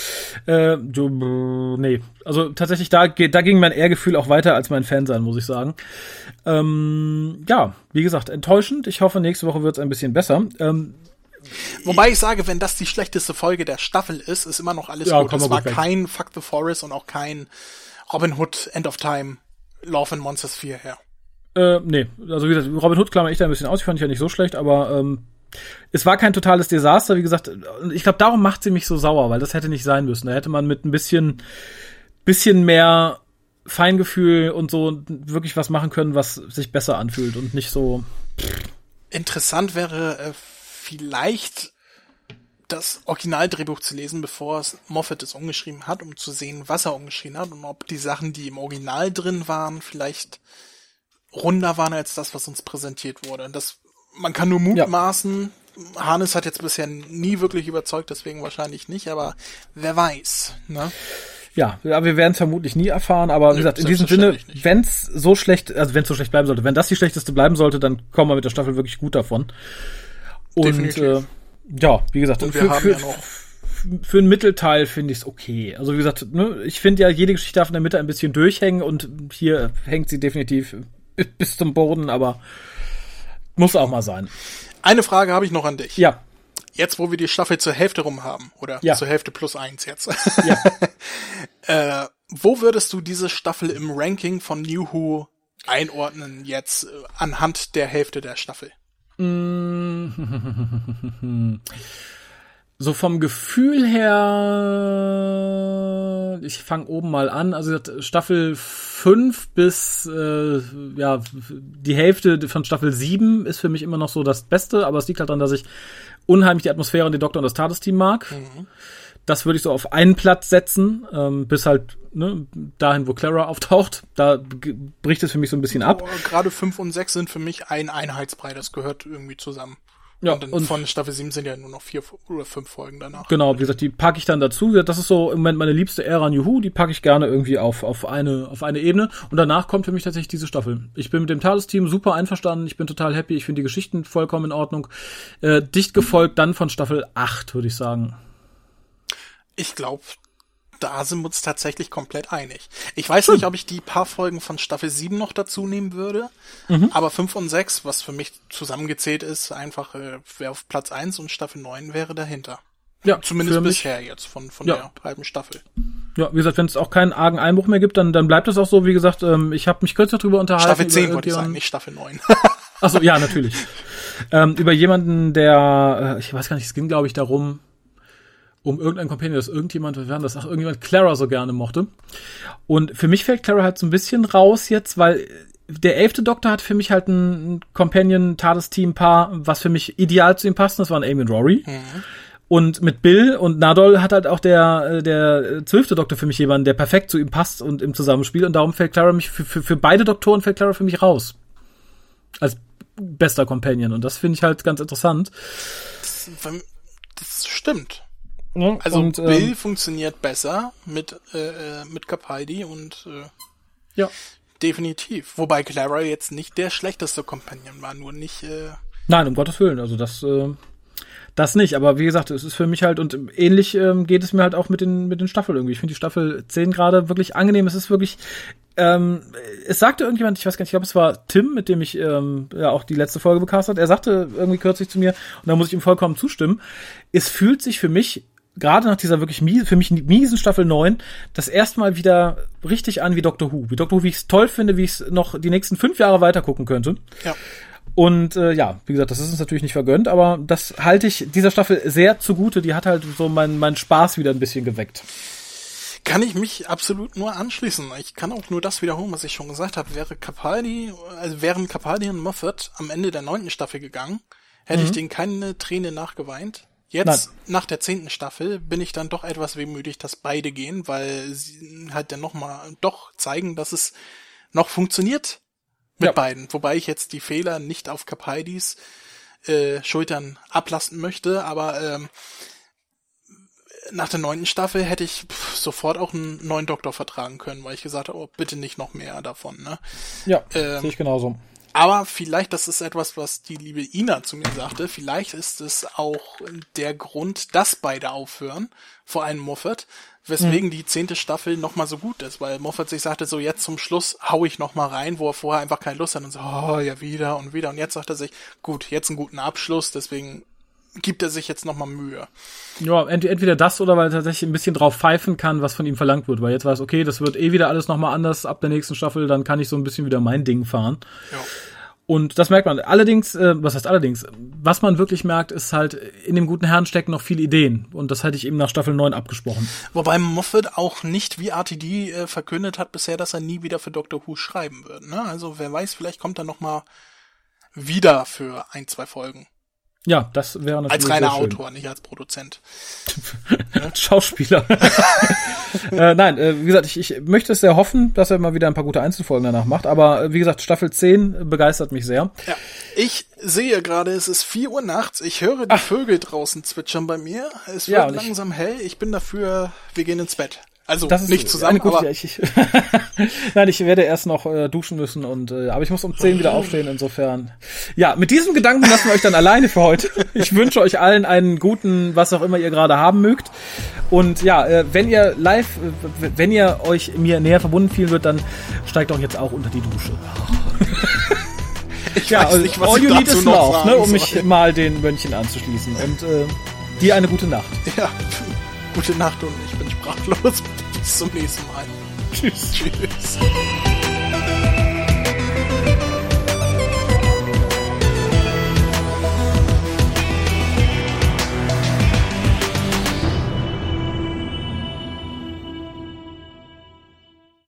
Nee. Also tatsächlich, da ging mein Ehrgefühl auch weiter als mein Fan sein, muss ich sagen. Ja, wie gesagt, enttäuschend. Ich hoffe, nächste Woche wird es ein bisschen besser. Wobei ich sage, wenn das die schlechteste Folge der Staffel ist immer noch alles gut. Es war kein Fuck the Forest und auch kein Robin Hood End of Time Love and Monsters 4 her. Nee, also wie gesagt, Robin Hood klammer ich da ein bisschen aus, ich fand ich ja nicht so schlecht, aber es war kein totales Desaster, wie gesagt, ich glaube, darum macht sie mich so sauer, weil das hätte nicht sein müssen. Da hätte man mit ein bisschen mehr Feingefühl und so wirklich was machen können, was sich besser anfühlt und nicht so. Interessant wäre vielleicht das Originaldrehbuch zu lesen, bevor Moffat es umgeschrieben hat, um zu sehen, was er umgeschrieben hat und ob die Sachen, die im Original drin waren, vielleicht runder waren als das, was uns präsentiert wurde. Man kann nur mutmaßen. Ja. Harness hat jetzt bisher nie wirklich überzeugt, deswegen wahrscheinlich nicht, aber wer weiß, ne? Ja, wir werden es vermutlich nie erfahren, aber wie gesagt, in diesem Sinne, wenn es so schlecht bleiben sollte, wenn das die schlechteste bleiben sollte, dann kommen wir mit der Staffel wirklich gut davon. Und wie gesagt, für einen Mittelteil finde ich es okay. Also wie gesagt, ne, ich finde ja, jede Geschichte darf in der Mitte ein bisschen durchhängen und hier hängt sie definitiv bis zum Boden, aber muss auch mal sein. Eine Frage habe ich noch an dich. Ja. Jetzt, wo wir die Staffel zur Hälfte rum haben, oder zur Hälfte +1 jetzt. Ja. Wo würdest du diese Staffel im Ranking von New Who einordnen jetzt anhand der Hälfte der Staffel? So vom Gefühl her, ich fange oben mal an, also Staffel 5 bis die Hälfte von Staffel 7 ist für mich immer noch so das Beste, aber es liegt halt daran, dass ich unheimlich die Atmosphäre und den Doktor und das TARDIS-Team mag. Mhm. Das würde ich so auf einen Platz setzen, bis halt dahin, wo Clara auftaucht. Da bricht es für mich so ein bisschen ab. Gerade 5 und 6 sind für mich ein Einheitsbrei, das gehört irgendwie zusammen. Ja, und von Staffel 7 sind ja nur noch 4 oder 5 Folgen danach. Genau, wie gesagt, die packe ich dann dazu. Das ist so im Moment meine liebste Ära New Who, die packe ich gerne irgendwie auf eine Ebene. Und danach kommt für mich tatsächlich diese Staffel. Ich bin mit dem TARDIS-Team super einverstanden, ich bin total happy, ich finde die Geschichten vollkommen in Ordnung. Dicht gefolgt dann von Staffel 8, würde ich sagen. Ich glaube, da sind wir uns tatsächlich komplett einig. Ich weiß nicht, ob ich die paar Folgen von Staffel 7 noch dazu nehmen würde, aber 5 und 6, was für mich zusammengezählt ist, einfach wäre auf Platz 1 und Staffel 9 wäre dahinter. Ja, zumindest bisher jetzt von der halben Staffel. Ja, wie gesagt, wenn es auch keinen argen Einbruch mehr gibt, dann bleibt es auch so. Wie gesagt, ich habe mich kürzlich darüber unterhalten. Staffel 10 wollte ich sagen, nicht Staffel 9. Achso, ja, natürlich. Über jemanden, der, ich weiß gar nicht, es ging, glaube ich, darum, um irgendein Companion, dass irgendjemand Clara so gerne mochte. Und für mich fällt Clara halt so ein bisschen raus jetzt, weil der 11. Doktor hat für mich halt ein Companion-TARDIS-Team-Paar, was für mich ideal zu ihm passt. Das waren Amy und Rory. Mhm. Und mit Bill und Nardole hat halt auch der 12. Doktor für mich jemanden, der perfekt zu ihm passt und im Zusammenspiel. Und darum fällt Clara für beide Doktoren fällt Clara für mich raus. Als bester Companion. Und das finde ich halt ganz interessant. Das stimmt. Ja, also und, Bill funktioniert besser mit Capaldi und definitiv. Wobei Clara jetzt nicht der schlechteste Companion war, nur nicht Nein, um Gottes Willen, also das nicht, aber wie gesagt, es ist für mich halt, und ähnlich geht es mir halt auch mit den Staffeln irgendwie. Ich finde die Staffel 10 gerade wirklich angenehm, es ist wirklich es sagte irgendjemand, ich weiß gar nicht, ich glaube es war Tim, mit dem ich auch die letzte Folge becastet hat, er sagte irgendwie kürzlich zu mir, und da muss ich ihm vollkommen zustimmen, es fühlt sich für mich gerade nach dieser wirklich miesen Staffel 9 das erste Mal wieder richtig an wie Doctor Who. Wie Doctor Who, wie ich es toll finde, wie ich es noch die nächsten 5 Jahre weiter gucken könnte. Ja. Und wie gesagt, das ist uns natürlich nicht vergönnt, aber das halte ich dieser Staffel sehr zugute. Die hat halt so meinen Spaß wieder ein bisschen geweckt. Kann ich mich absolut nur anschließen. Ich kann auch nur das wiederholen, was ich schon gesagt habe. Wären Capaldi und Moffat am Ende der 9. Staffel gegangen, hätte ich denen keine Träne nachgeweint. Jetzt, nach der 10. Staffel, bin ich dann doch etwas wehmütig, dass beide gehen, weil sie halt dann doch zeigen, dass es noch funktioniert mit beiden. Wobei ich jetzt die Fehler nicht auf Capaldis Schultern ablasten möchte, aber nach der 9. Staffel hätte ich sofort auch einen neuen Doktor vertragen können, weil ich gesagt habe, oh, bitte nicht noch mehr davon, ne? Ja, sehe ich genauso. Aber vielleicht, das ist etwas, was die liebe Ina zu mir sagte, vielleicht ist es auch der Grund, dass beide aufhören, vor allem Moffat, weswegen die 10. Staffel nochmal so gut ist, weil Moffat sich sagte, so jetzt zum Schluss hau ich nochmal rein, wo er vorher einfach keine Lust hat und so, oh ja, wieder und wieder. Und jetzt sagt er sich, gut, jetzt einen guten Abschluss, deswegen gibt er sich jetzt nochmal Mühe. Ja, entweder das oder weil er tatsächlich ein bisschen drauf pfeifen kann, was von ihm verlangt wird, weil jetzt weiß, okay, das wird wieder alles nochmal anders ab der nächsten Staffel, dann kann ich so ein bisschen wieder mein Ding fahren. Ja. Und das merkt man. Allerdings, was man wirklich merkt, ist halt, in dem guten Herrn stecken noch viele Ideen. Und das hatte ich eben nach Staffel 9 abgesprochen. Wobei Moffat auch nicht wie RTD verkündet hat bisher, dass er nie wieder für Doctor Who schreiben wird. Ne? Also wer weiß, vielleicht kommt er noch mal wieder für 1-2 Folgen. Ja, das wäre natürlich als reiner Autor, nicht als Produzent. Als Schauspieler. Nein, wie gesagt, ich möchte es sehr hoffen, dass er mal wieder ein paar gute Einzelfolgen danach macht. Aber wie gesagt, Staffel 10 begeistert mich sehr. Ja, ich sehe gerade, es ist 4 Uhr nachts. Ich höre die Vögel draußen zwitschern bei mir. Es wird langsam hell. Ich bin dafür, wir gehen ins Bett. Also das ist nicht zusammen, aber aber... Nein, ich werde erst noch duschen müssen und aber ich muss um 10 wieder aufstehen, insofern. Ja, mit diesem Gedanken lassen wir euch dann alleine für heute. Ich wünsche euch allen einen guten, was auch immer ihr gerade haben mögt. Und ja, wenn ihr euch mir näher verbunden fühlen wird, dann steigt doch jetzt auch unter die Dusche. Ich weiß nicht, was ich dazu noch sagen soll. Um mich mal den Mönchen anzuschließen. Und dir eine gute Nacht. Ja, gute Nacht und ich bin sprachlos. Bis zum nächsten Mal. Tschüss. Tschüss.